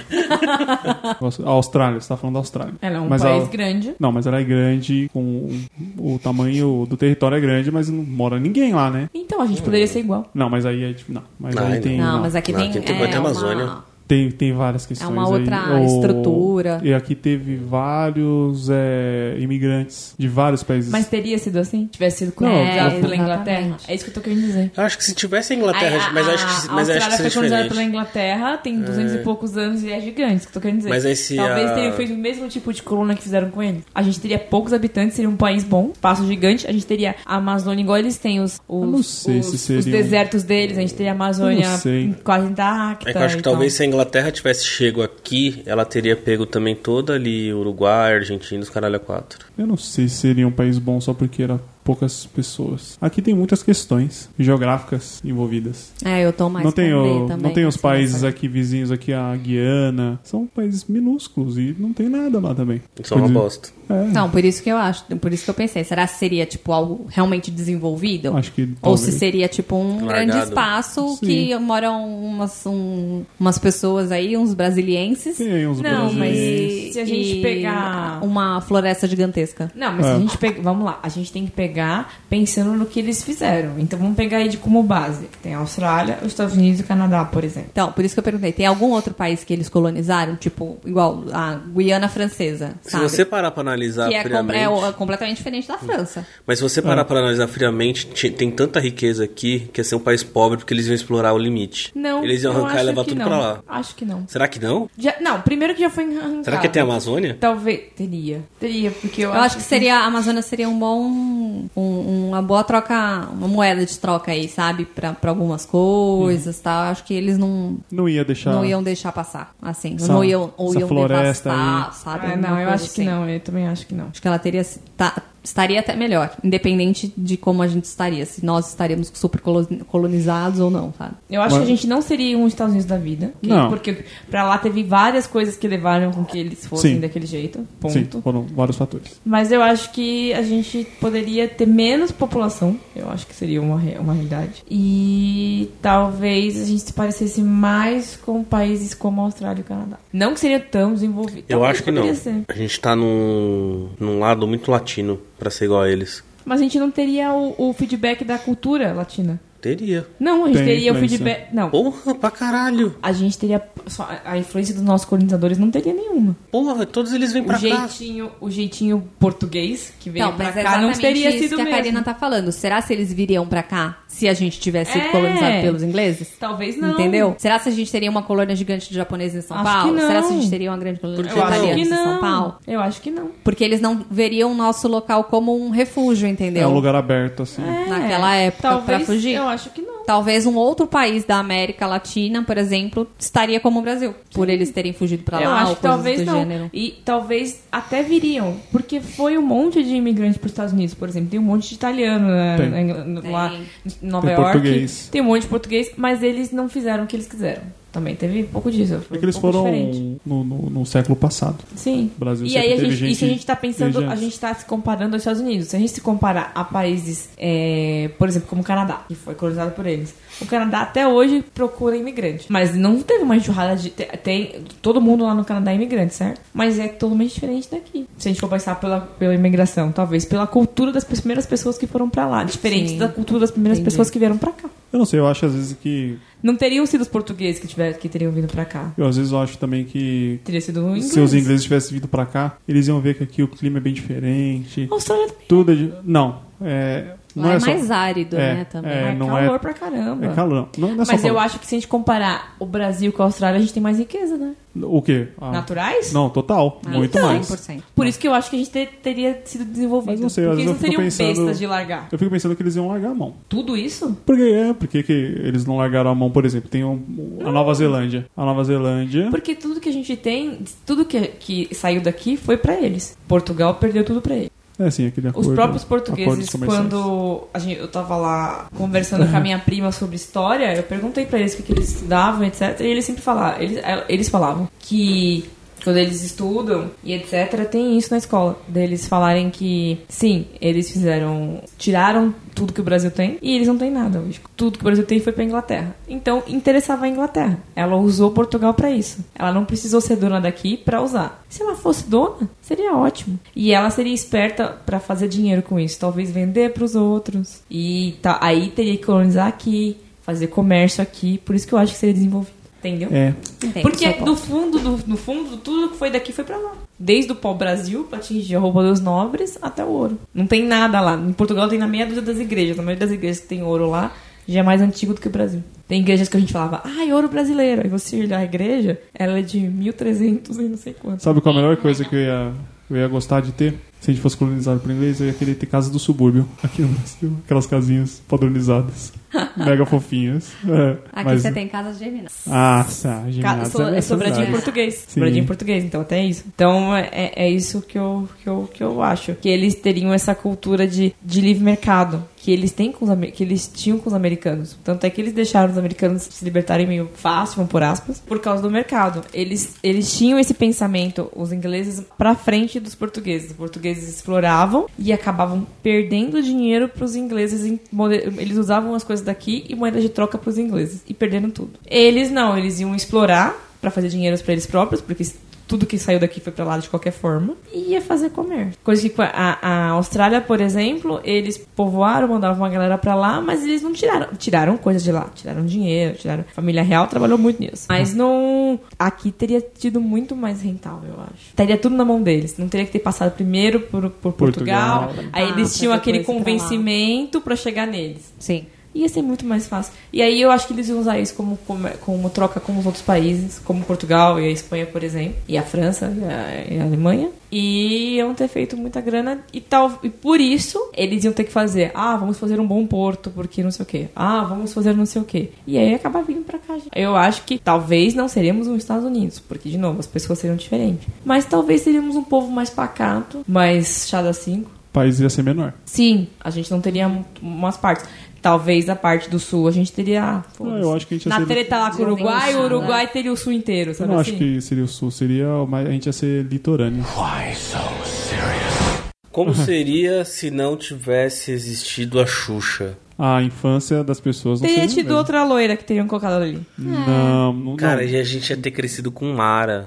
A Austrália, você tá falando da Austrália. Ela é um Mas país ela- grande. Não, mas ela é grande, com o tamanho do território é grande, mas não mora ninguém lá, né? Então, a gente poderia ser igual. Não, mas aí é tipo, não. Mas Não, aí não. tem. Não, mas aqui Não, tem... aqui tem até Amazônia. Tem várias questões. uma aí. outra estrutura. E aqui teve vários imigrantes de vários países. Mas teria sido assim? Tivesse sido Não, colonizado pela exatamente. Inglaterra? É isso que eu tô querendo dizer. Eu acho que se tivesse a Inglaterra, A mas acho que Austrália seria foi colonizada pela diferente. Inglaterra, tem 200 e poucos anos e é gigante, isso que eu tô querendo dizer. Mas aí se Talvez a- teriam feito o mesmo tipo de coluna que fizeram com ele. A gente teria poucos habitantes, seria um país bom, espaço gigante. A gente teria a Amazônia igual eles têm os não sei se os seriam- desertos deles. A gente teria a Amazônia Eu não sei. quase intacta. É que eu acho que e tal. talvez se a Inglaterra tivesse chego aqui, ela teria pego também toda ali, Uruguai, Argentina, os caralho a 4. Eu não sei se seria um país bom só porque era poucas pessoas. Aqui tem muitas questões geográficas envolvidas. eu tô mais Não tem, com B não também, tem os assim, países essa- aqui vizinhos aqui, a Guiana. São países minúsculos e não tem nada lá também. Só uma Quer dizer, bosta. É, Então, por isso que eu acho, por isso que eu pensei, será que seria tipo algo realmente desenvolvido? acho que Ou se talvez. seria tipo um Largado. grande espaço Sim. que moram umas pessoas aí, uns brasilienses. Tem uns Não, mas brasileiros. se a gente e pegar... uma floresta gigantesca. Não, mas se a gente pegar... Vamos lá, a gente tem que pegar pensando no que eles fizeram. Então vamos pegar aí de como base. Tem a Austrália, os Estados Unidos e o Canadá, por exemplo. Então, por isso que eu perguntei, tem algum outro país que eles colonizaram? Tipo, igual a Guiana Francesa, Se sabe? você parar pra analisar Que é friamente... completamente diferente da França. Mas se você parar pra analisar friamente, tem tanta riqueza aqui que ia ser um país pobre porque eles iam explorar o limite. Não, Eles iam eu arrancar e acho levar que tudo não. pra lá. Acho que não. Será que não? Não, primeiro que já foi arrancado. Será que tem a Amazônia? Talvez. Teria, porque Eu acho que seria, a Amazônia seria um bom, uma boa troca, uma moeda de troca aí, sabe? Pra algumas coisas, tá? Acho que eles não Não iam deixar passar, assim. Essa- Não iam, ou essa iam floresta devastar, aí. sabe? Ah, Alguma não, eu coisa acho que assim. não. Eu também acho que não. Acho que ela teria estaria até melhor, independente de como a gente estaria, se nós estaríamos super colonizados ou não, sabe? Eu acho Mas- que a gente não seria um Estados Unidos da vida. Não. Porque pra lá teve várias coisas que levaram com que eles fossem Sim. daquele jeito. Ponto. Sim, foram vários fatores. Mas eu acho que a gente poderia ter menos população. Eu acho que seria uma realidade. E talvez a gente se parecesse mais com países como a Austrália e o Canadá. Não que seria tão desenvolvido. Eu Talvez acho que não. poderia ser. A gente tá num lado muito latino pra ser igual a eles. Mas a gente não teria o feedback da cultura latina. Teria. Não, a gente Tem teria o influência. feedback... Não, Porra, pra caralho. a gente teria... Só a influência dos nossos colonizadores não teria nenhuma. Porra, todos eles vêm pra cá. O jeitinho português que veio Então, pra mas é cá não exatamente teria isso sido que a mesmo. Karina tá falando. Será se eles viriam pra cá se a gente tivesse sido É. colonizado pelos ingleses? Talvez não. Entendeu? Será se a gente teria uma colônia gigante de japoneses em São Acho Paulo? que não. Será se a gente teria uma grande colônia de Por que não? Eu acho italianos que em São não. Paulo? Eu acho que não. Porque eles não veriam o nosso local como um refúgio, entendeu? É um lugar aberto, assim. Naquela época, Talvez, pra fugir. Eu acho que não. Talvez um outro país da América Latina, por exemplo, estaria como o Brasil. Por eles terem fugido pra Eu lá acho ou que coisas talvez do não. gênero. E talvez até viriam. Porque foi um monte de imigrantes para os Estados Unidos, por exemplo. Tem um monte de italiano né, Tem. lá em Nova Tem York. português. Tem um monte de português, mas eles não fizeram o que eles quiseram. Também teve um pouco disso. Foi É que eles um pouco foram diferente. no século passado. Sim. O Brasil E sempre aí, teve e se a gente tá pensando, desde a antes. gente tá se comparando aos Estados Unidos. Se a gente se comparar a países, por exemplo, como o Canadá, que foi colonizado por eles. O Canadá até hoje procura imigrante. Mas não teve uma enxurrada de... todo mundo lá no Canadá é imigrante, certo? Mas é totalmente diferente daqui. Se a gente for pensar pela imigração, talvez pela cultura das primeiras pessoas que foram pra lá. Diferente Sim. da cultura das primeiras Entendi. pessoas que vieram pra cá. Eu não sei, eu acho às vezes que... Não teriam sido os portugueses que teriam vindo pra cá. Eu às vezes eu acho também que... Teria sido o inglês. Se os ingleses tivessem vindo pra cá, eles iam ver que aqui o clima é bem diferente. A Austrália também. Tudo é... Não. Não Lá é só- mais árido, né, também. É, É não calor é, pra caramba. é calor. Não é só Mas eu calor. acho que se a gente comparar o Brasil com a Austrália, a gente tem mais riqueza, né? O quê? Ah, Naturais? Não, total. Muito então, mais. 100%. Por isso que eu acho que a gente teria sido desenvolvido. Mas não sei, às porque vezes eles não eu fico seriam pensando- bestas de largar. Eu fico pensando que eles iam largar a mão. Tudo isso? Porque que eles não largaram a mão, por exemplo? Tem a Nova Zelândia. A Nova Zelândia... Porque tudo que a gente tem, tudo que saiu daqui foi pra eles. Portugal perdeu tudo pra eles. É assim, aquele acordo. Os próprios acordos portugueses, comerciais. quando eu tava lá conversando com a minha prima sobre história, eu perguntei pra eles o que eles estudavam, etc. E eles sempre falavam, eles falavam que quando eles estudam e etc, tem isso na escola. Deles falarem que, sim, eles tiraram tudo que o Brasil tem e eles não têm nada hoje. Tudo que o Brasil tem foi pra Inglaterra. Então, interessava a Inglaterra. Ela usou Portugal pra isso. Ela não precisou ser dona daqui pra usar. Se ela fosse dona, seria ótimo. E ela seria esperta pra fazer dinheiro com isso. Talvez vender pros outros. E aí teria que colonizar aqui, fazer comércio aqui. Por isso que eu acho que seria desenvolvido. Entendeu? É. Entendo, Porque seu ponto. no fundo, tudo que foi daqui foi pra lá. Desde o pau-brasil, pra atingir a roupa dos nobres, até o ouro. Não tem nada lá. Em Portugal tem na meia dúzia das igrejas. Na maioria das igrejas que tem ouro lá, já é mais antigo do que o Brasil. Tem igrejas que a gente falava, ouro brasileiro. Aí você olhar a igreja, ela é de 1300 e não sei quanto. Sabe qual a melhor coisa que eu ia gostar de ter? Se a gente fosse colonizado por inglês, eu ia querer ter casa do subúrbio aqui no Brasil. Aquelas casinhas padronizadas. Mega fofinhas. É, Aqui mas... você tem casas geminadas. Ah, tá. É sobradinho em português. Sim. Sobradinho em português, então até isso. Então é isso que eu acho. Que eles teriam essa cultura de livre mercado. Que eles tinham com os americanos. Tanto é que eles deixaram os americanos se libertarem meio fácil, vamos por aspas, por causa do mercado. Eles tinham esse pensamento, os ingleses, pra frente dos portugueses. Os portugueses exploravam e acabavam perdendo dinheiro pros ingleses. Eles usavam as coisas daqui e moeda de troca pros ingleses. E perderam tudo. Eles não, eles iam explorar pra fazer dinheiro pra eles próprios, porque tudo que saiu daqui foi pra lá de qualquer forma. E ia fazer comércio. Coisa que a Austrália, por exemplo, eles povoaram, mandavam uma galera pra lá, mas eles não tiraram. Tiraram coisas de lá. Tiraram dinheiro, tiraram... A família real trabalhou muito nisso. Mas não... Aqui teria tido muito mais rentável, eu acho. Estaria tudo na mão deles. Não teria que ter passado primeiro por Portugal. Aí eles tinham aquele convencimento pra chegar neles. Sim. Ia ser muito mais fácil. E aí eu acho que eles iam usar isso como troca com os outros países, como Portugal e a Espanha, por exemplo, e a França e a Alemanha. E iam ter feito muita grana e por isso eles iam ter que fazer, vamos fazer um bom porto, porque não sei o quê. Vamos fazer não sei o quê. E aí acaba vindo pra cá, gente. Eu acho que talvez não seremos os Estados Unidos, porque, de novo, as pessoas seriam diferentes. Mas talvez seríamos um povo mais pacato, mais chá das 5. O país ia ser menor. Sim, a gente não teria umas partes. Talvez a parte do sul a gente teria... Não, eu acho que a gente ia Na ser... treta lá com o Uruguai, o Uruguai teria o sul inteiro, Eu sabe não assim? acho que seria o sul, a gente ia ser litorâneo. Why so serious? Como seria se não tivesse existido a Xuxa? A infância das pessoas não Teria seria tido mesmo. outra loira que teriam colocado ali. Não. Cara, e a gente ia ter crescido com Mara.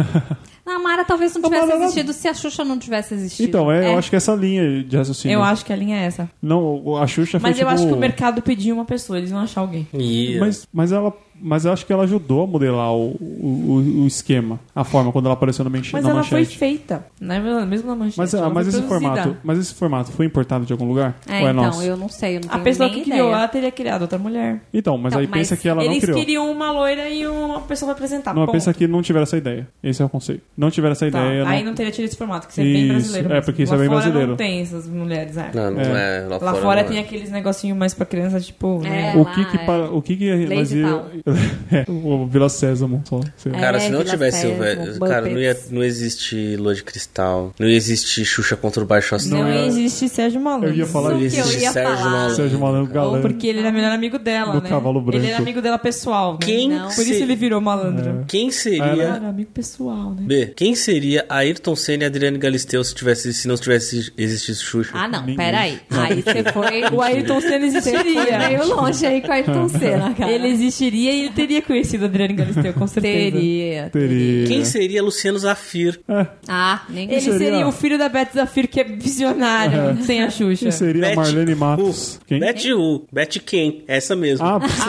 A Mara talvez não A tivesse Mara- existido se a Xuxa não tivesse existido. Então, eu acho que essa linha de raciocínio... Eu acho que a linha é essa. Não, a Xuxa foi Mas eu tipo... acho que o mercado pediu uma pessoa, eles vão achar alguém. Ia. Mas eu acho que ela ajudou a modelar o esquema, a forma, quando ela apareceu na Mas na ela manchete. foi feita, né? Mesmo na manchete. ela Mas foi esse formato foi importado de algum lugar? Ou é então, nosso? eu não sei, eu não A tenho pessoa nem que criou ideia. ela teria criado outra mulher. Então, mas Então, aí mas pensa que ela não Eles criou. queriam uma loira e uma pessoa pra apresentar. Não, ponto. pensa que não tiveram essa ideia. Esse é o conceito. Não tiveram essa Tá, ideia. aí não teria tido esse formato, que isso é bem Isso, brasileiro. é, mesmo. porque isso Lá é bem fora brasileiro. não tem essas mulheres, Não é. Lá Lá fora fora não tem é. aqueles negocinho mais pra criança, tipo... né? É. O lá, que que nós Lazy ia... Town. o Vila Sésamo, só. Sei lá. Cara, se não Vila tivesse... Sésamo, Cara, Muppets. não ia existir Lua de Cristal. Não ia existir Xuxa contra o Baixo Astral. Não é- existe Sérgio Malandro. Eu ia falar Não isso. existe ia Sérgio falar. Malandro. Sérgio Malandro galã. Porque ele era melhor amigo dela, Do né? cavalo branco. Ele era amigo dela pessoal, né? Quem Não. Por isso ele virou malandro. Quem seria... Era amigo pessoal, né? B. Quem seria Ayrton Senna e Adriane Galisteu se não tivesse existido Xuxa? Ah, não, Ninguém. peraí. Aí você foi... O Ayrton Senna Você foi existiria. meio longe aí com a Ayrton Senna, cara. Ele existiria e ele teria conhecido a Adriane Galisteu, com certeza. Teria. Quem seria Luciano Zafir? Ah, nem Ele seria? seria o filho da Beth Zafir, que é visionário, sem a Xuxa. Quem seria a Marlene Matos? Quem? Betty Who. Betty quem? Essa mesmo.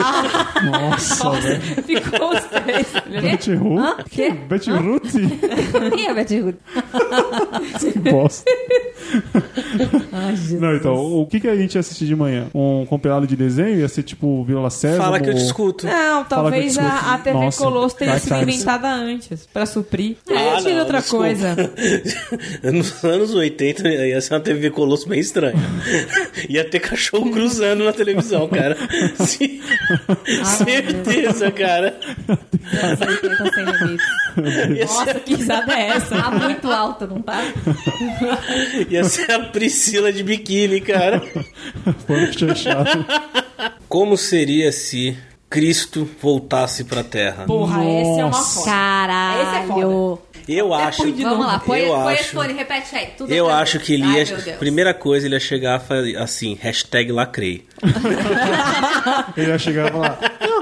Nossa, velho. Ficou os três. Betty Who? Quê? Betty Ruth? Quem é Betty Hood? Que bosta. Ai, Jesus. Não, então, o que a gente ia assistir de manhã? Um compilado de desenho? Ia ser tipo Vila Sésamo? Fala que eu te escuto. Não, talvez que eu discuto. a TV Nossa, Colosso tenha Dark sido Times. inventada antes, pra suprir. Aí tira não, outra desculpa. coisa. Nos anos 80 ia ser uma TV Colosso bem estranha. Ia ter cachorro cruzando na televisão, cara. Sim. Certeza, cara. Nossa, 80 sem limite. Nossa, que risada é essa? Tá muito alto, não tá? Ia ser a Priscila de biquíni, cara. Pano chanchado. Como seria se Cristo voltasse pra Terra? Porra, essa é uma Nossa. foda. Caralho. Esse é foda. Eu acho. Vamos lá, põe eu esse acho. fone, repete aí. Tudo Eu outra acho vez. que ele Ai, ia. meu Deus. Primeira coisa, ele ia chegar assim, #lacrei. Ele ia chegar e falar: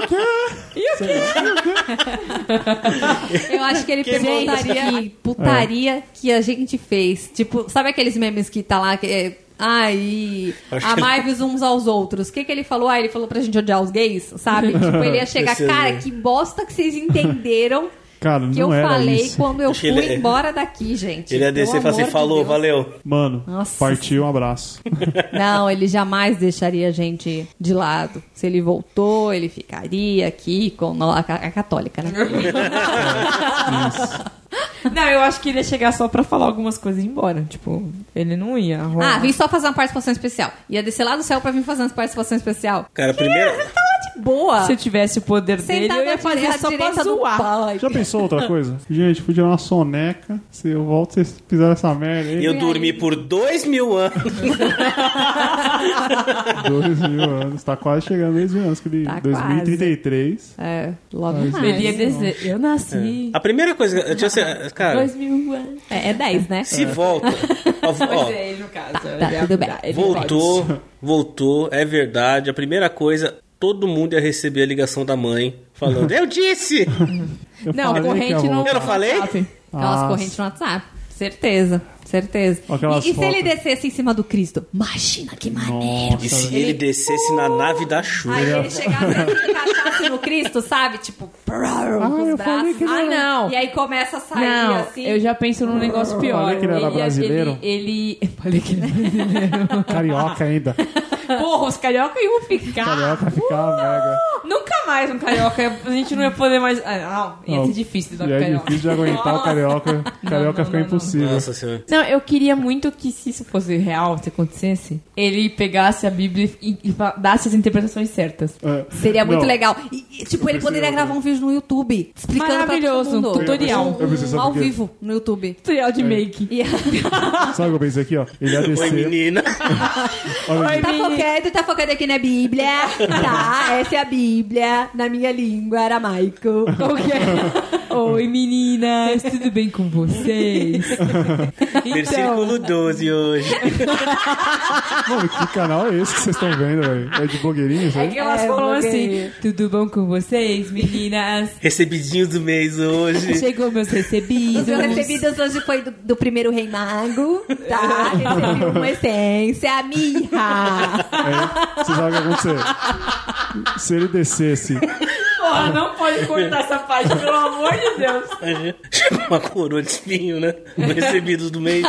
Eu acho que ele perguntaria que putaria que a gente fez. Tipo, sabe aqueles memes que tá lá... Ai, Acho que amai-vos uns aos outros. O que ele falou? Ah, ele falou pra gente odiar os gays, sabe? Tipo, ele ia chegar, Precisa cara, ver. que bosta que vocês entenderam Cara, que não eu era falei isso. quando eu Acho que fui ele- embora daqui, gente. Ele ia descer e Pelo falar assim: amor de falou, Deus. valeu. Mano, Nossa. partiu, um abraço. Não, ele jamais deixaria a gente de lado. Se ele voltou, ele ficaria aqui com a católica, né? Não, eu acho que ele ia chegar só pra falar algumas coisas e ir embora. Tipo, ele não ia rolar. Ah, vim só fazer uma participação especial. Ia descer lá do céu pra vir fazer uma participação especial. Cara, primeiro. Boa! Se eu tivesse o poder dele, Sentado eu ia à fazer só pra direita do zoar. pai. Já pensou outra coisa? Gente, podia dar uma soneca. Se eu volto, vocês fizeram essa merda aí. Eu dormi por 2000 anos. 2.000 anos. Tá quase chegando 2.000 anos. Que ele, Tá 2033. É, logo Mas mais. Ele ia dizer, eu nasci A primeira coisa. Eu tinha, cara, 2000 anos. É 10, né? se volta. Ó, Pois é, ele no caso. tá, tudo bem. Ele voltou, é verdade. A primeira coisa, todo mundo ia receber a ligação da mãe falando: Eu disse! Eu Não, falei que corrente ia não. voltar. Eu não falei? WhatsApp. Aquelas Nossa. correntes no WhatsApp. Certeza, certeza. Aquelas E se ele fotos. descesse em cima do Cristo? Imagina que maneiro. E se ele descesse na nave da Xuxa? Aí ele chegasse e encaixasse no Cristo, sabe? Tipo, com os eu falei braços. que Ah, não. E aí começa a sair Não, assim. eu já penso num negócio pior. Falei que ele era brasileiro. Ele... Falei que ele era brasileiro. Carioca ainda. Porra, os carioca iam ficar. Carioca ficava mega. Nunca mais um carioca. A gente não ia poder mais... Ah, não, ia Não. ser difícil dar E é carioca. difícil de aguentar o carioca. Carioca não, fica não. impossível. Nossa senhora. Não, eu queria muito que se isso fosse real, se acontecesse, ele pegasse a Bíblia e dasse as interpretações certas. É. Seria muito Não. legal. E, tipo, ele poderia gravar um vídeo no YouTube explicando pra Maravilhoso, todo mundo. um tutorial. Eu pensei, sabe Ao por quê? vivo no YouTube. Tutorial de make. E Sabe o que eu pensei aqui, ó? Ele ia Oi, descer. menina. Olha aqui. tá focando aqui na Bíblia. Tá, essa é a Bíblia na minha língua aramaico. Oi, meninas, tudo bem com vocês? Versículo 12 hoje. Mano, que canal é esse que vocês estão vendo, velho? É de blogueirinho isso É aí? que elas É, falam blogueirinha. assim, tudo bom com vocês, meninas? Recebidinhos do mês hoje. Chegou meus recebidos. Os meus recebidos hoje foi do primeiro rei mago, tá? Recebi uma essência, mirra. É, você sabe o que ia acontecer? Se ele descesse. Porra, não pode cortar essa parte, pelo amor de Deus. Chegou uma coroa de espinho, né? Recebidos do mês.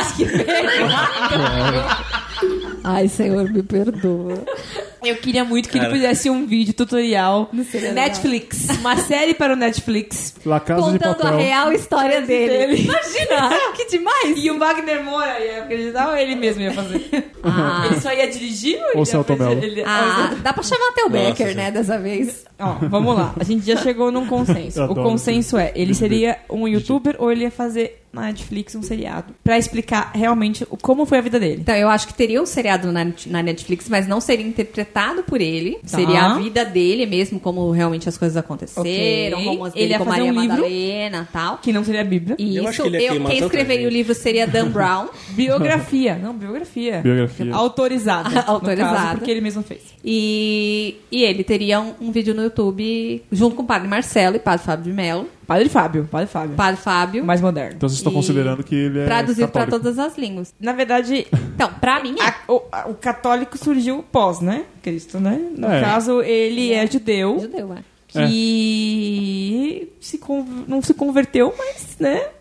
Ai, Senhor, me perdoa. Eu queria muito que Cara. ele fizesse um vídeo tutorial seria Netflix. Uma série para o Netflix. La Casa de Contando a Papel. real história dele. Imagina, que demais. E o Wagner Moura ia acreditar ou ele mesmo ia fazer? Ah. Ele só ia dirigir ou ele Ou ia Celton fazer? Mello. Ele... Ah, dá pra chamar até o Nossa, Becker, sim. né, dessa vez. Ó, vamos lá. A gente já chegou num consenso. Eu O adoro consenso é, ele seria um youtuber ou ele ia fazer na Netflix um seriado pra explicar realmente como foi a vida dele. Então, eu acho que teria um seriado na Netflix, mas não seria interpretado por ele. Tá. Seria a vida dele mesmo, como realmente as coisas aconteceram, Ok. como as Ele dele ia com fazer Maria um livro? Madalena e tal. Que não seria a Bíblia. E Eu isso, acho que ele ia queimar quem tanta escreveria gente. o livro seria Dan Brown. Biografia. Não, biografia. Biografia. Autorizada. no Autorizada. caso, porque ele mesmo fez. E ele teria um vídeo no YouTube junto com o Padre Marcelo e Padre Fábio de Mello. Padre Fábio. Padre Fábio. Padre Fábio. Mais moderno. Então vocês estão E considerando que ele é traduzido pra católico. todas as línguas. Na verdade, Então, pra mim é. o católico surgiu pós, né? Cristo, né? No É. caso, ele é judeu. Judeu, é. Que não se converteu, mas, né?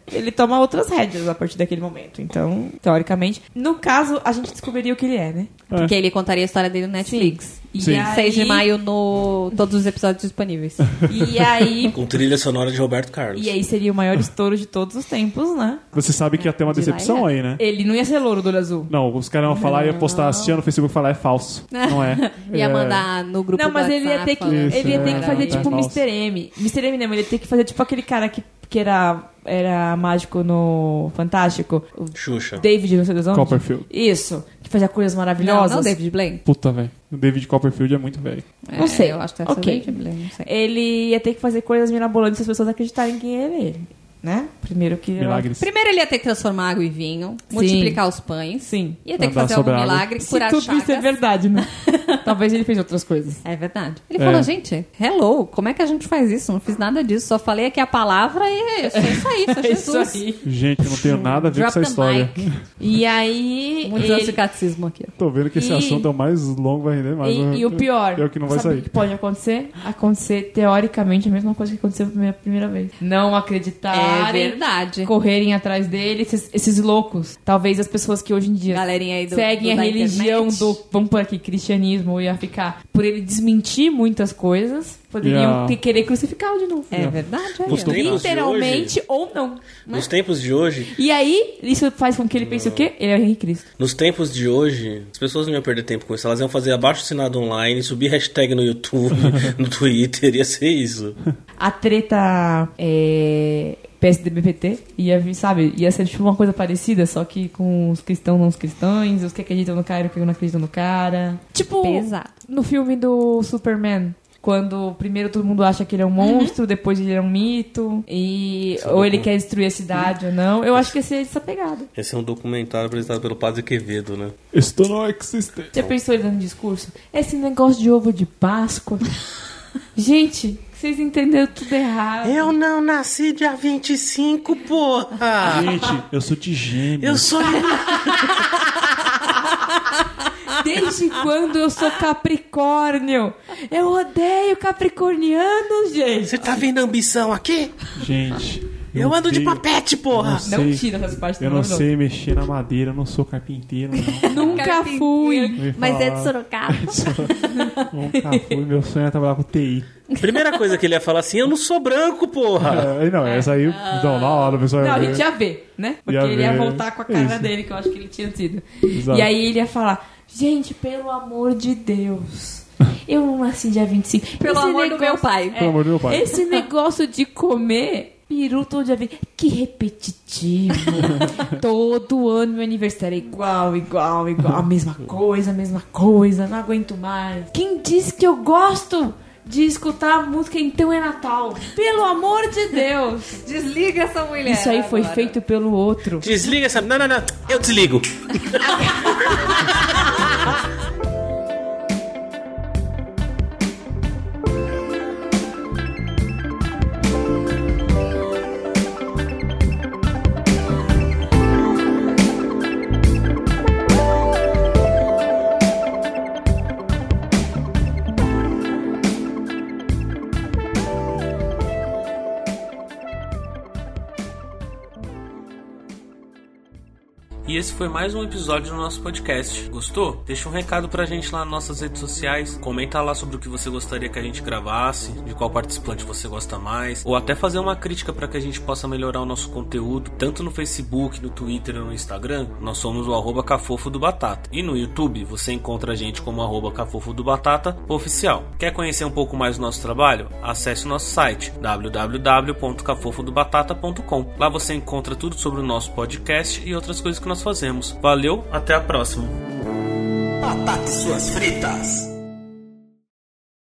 ele toma outras rédeas a partir daquele momento. Então, teoricamente, no caso, a gente descobriria o que ele é, né? Porque ele contaria a história dele no Netflix. E Sim. aí, 6 de maio no todos os episódios disponíveis. E aí, Com trilha sonora de Roberto Carlos. e aí seria o maior estouro de todos os tempos, né? Você sabe que ia ter uma De lá decepção ele aí, né? Ele não ia ser louro do olho azul. Não, os caras iam falar, ia postar assim no Facebook e falar, é falso. Não é. Ia mandar no grupo Não, mas do ele ia WhatsApp ter que, falando Isso, ele ia ter que é, fazer é tipo falso. Mr. M. Mr. M não, ele ia ter que fazer tipo aquele cara que era mágico no Fantástico. O Xuxa. David, não sei das onde. Copperfield. Isso, que fazia coisas Não, maravilhosas. não David Blaine. Puta, velho. O David Copperfield é muito velho. Não sei. Eu acho que deve ser Ok. David Blaine, não sei. Ele ia ter que fazer coisas mirabolantes se as pessoas acreditarem que ele é ele, né? Primeiro que... Milagres. Primeiro ele ia ter que transformar água em vinho, multiplicar os pães. Sim. Ia ter que Andar fazer algum sobre a água. milagre, Se curar tudo isso é chagas. verdade, né? Talvez ele fez outras coisas. É verdade. Ele falou, gente, hello, como é que a gente faz isso? Não fiz nada disso, só falei aqui a palavra e é isso aí, sou É isso Jesus. aí. Gente, eu não tenho nada a ver Drop com essa the história. mic. E aí... Muitos anos de catecismo aqui. Tô vendo que esse E- assunto é o mais longo, vai render mais. E o pior, É o que não vai sabe sair. o que pode acontecer? Acontecer, teoricamente, a mesma coisa que aconteceu pela primeira vez. Não É acreditarem, verdade. correrem atrás dele, esses loucos. Talvez as pessoas que hoje em dia Galerinha aí do seguem da a religião internet. do, vamos por aqui, cristianismo, ia ficar, por ele desmentir muitas coisas, poderiam querer crucificá-lo de novo. É verdade. Aí, Nos ó. tempos de Literalmente ou não. Nos tempos de hoje, E aí, isso faz com que ele pense o quê? Ele é o Henrique Cristo. nos tempos de hoje, as pessoas não iam perder tempo com isso. Elas iam fazer abaixo-assinado online, subir hashtag no YouTube, no Twitter, ia ser isso. A treta PSDB-PT ia vir, sabe? Ia ser tipo uma coisa parecida, só que com os cristãos não os cristãos, os que acreditam no cara e os que não acreditam no cara. Tipo, Pesado. no filme do Superman. Quando primeiro todo mundo acha que ele é um monstro, depois ele é um mito, e ou ele quer destruir a cidade ou não. Eu acho que esse é essa pegada. Esse é um documentário apresentado pelo Padre Quevedo, né? Isto não existe. Já pensou ele dando discurso? Esse negócio de ovo de Páscoa. Gente, vocês entenderam tudo errado. Eu não nasci dia 25, porra! Gente, eu sou de gêmeo. Eu sou... Desde quando eu sou Capricórnio? Eu odeio capricornianos, gente. Você tá vendo a ambição aqui? Gente. Eu ando de odeio- papete, porra! Eu Não sei- tira essas partes do Eu não nome, sei mexer na madeira, eu não sou carpinteiro, não. Nunca fui. Me Mas é de falaram. Sorocaba. Nunca fui, meu sonho é trabalhar com TI. Primeira coisa que ele ia falar assim, eu não sou branco, porra! Não, essa aí. Não, na hora, o pessoal Não, ia a ver. gente ia ver, né? Porque Ia ele ia ver. voltar com a cara Isso. dele, que eu acho que ele tinha tido. Exato. E aí ele ia falar: gente, pelo amor de Deus, eu não nasci dia 25. Pelo Esse amor do meu pai. Pelo amor do meu pai. Esse negócio de comer peru todo dia, que repetitivo. Todo ano meu aniversário é igual. A mesma coisa, não aguento mais. Quem disse que eu gosto de escutar a música Então é Natal? Pelo amor de Deus. Desliga essa mulher. Isso aí foi agora. feito pelo outro. Desliga essa... Não, eu desligo. E esse foi mais um episódio do nosso podcast. Gostou? Deixa um recado pra gente lá nas nossas redes sociais. Comenta lá sobre o que você gostaria que a gente gravasse, de qual participante você gosta mais, ou até fazer uma crítica para que a gente possa melhorar o nosso conteúdo, tanto no Facebook, no Twitter ou no Instagram. Nós somos o @Cafofo do Batata. E no YouTube você encontra a gente como @Cafofo do Batata oficial. Quer conhecer um pouco mais do nosso trabalho? Acesse o nosso site www.cafofodobatata.com. Lá você encontra tudo sobre o nosso podcast e outras coisas que nós fazemos. Valeu, até a próxima. Batata e suas fritas.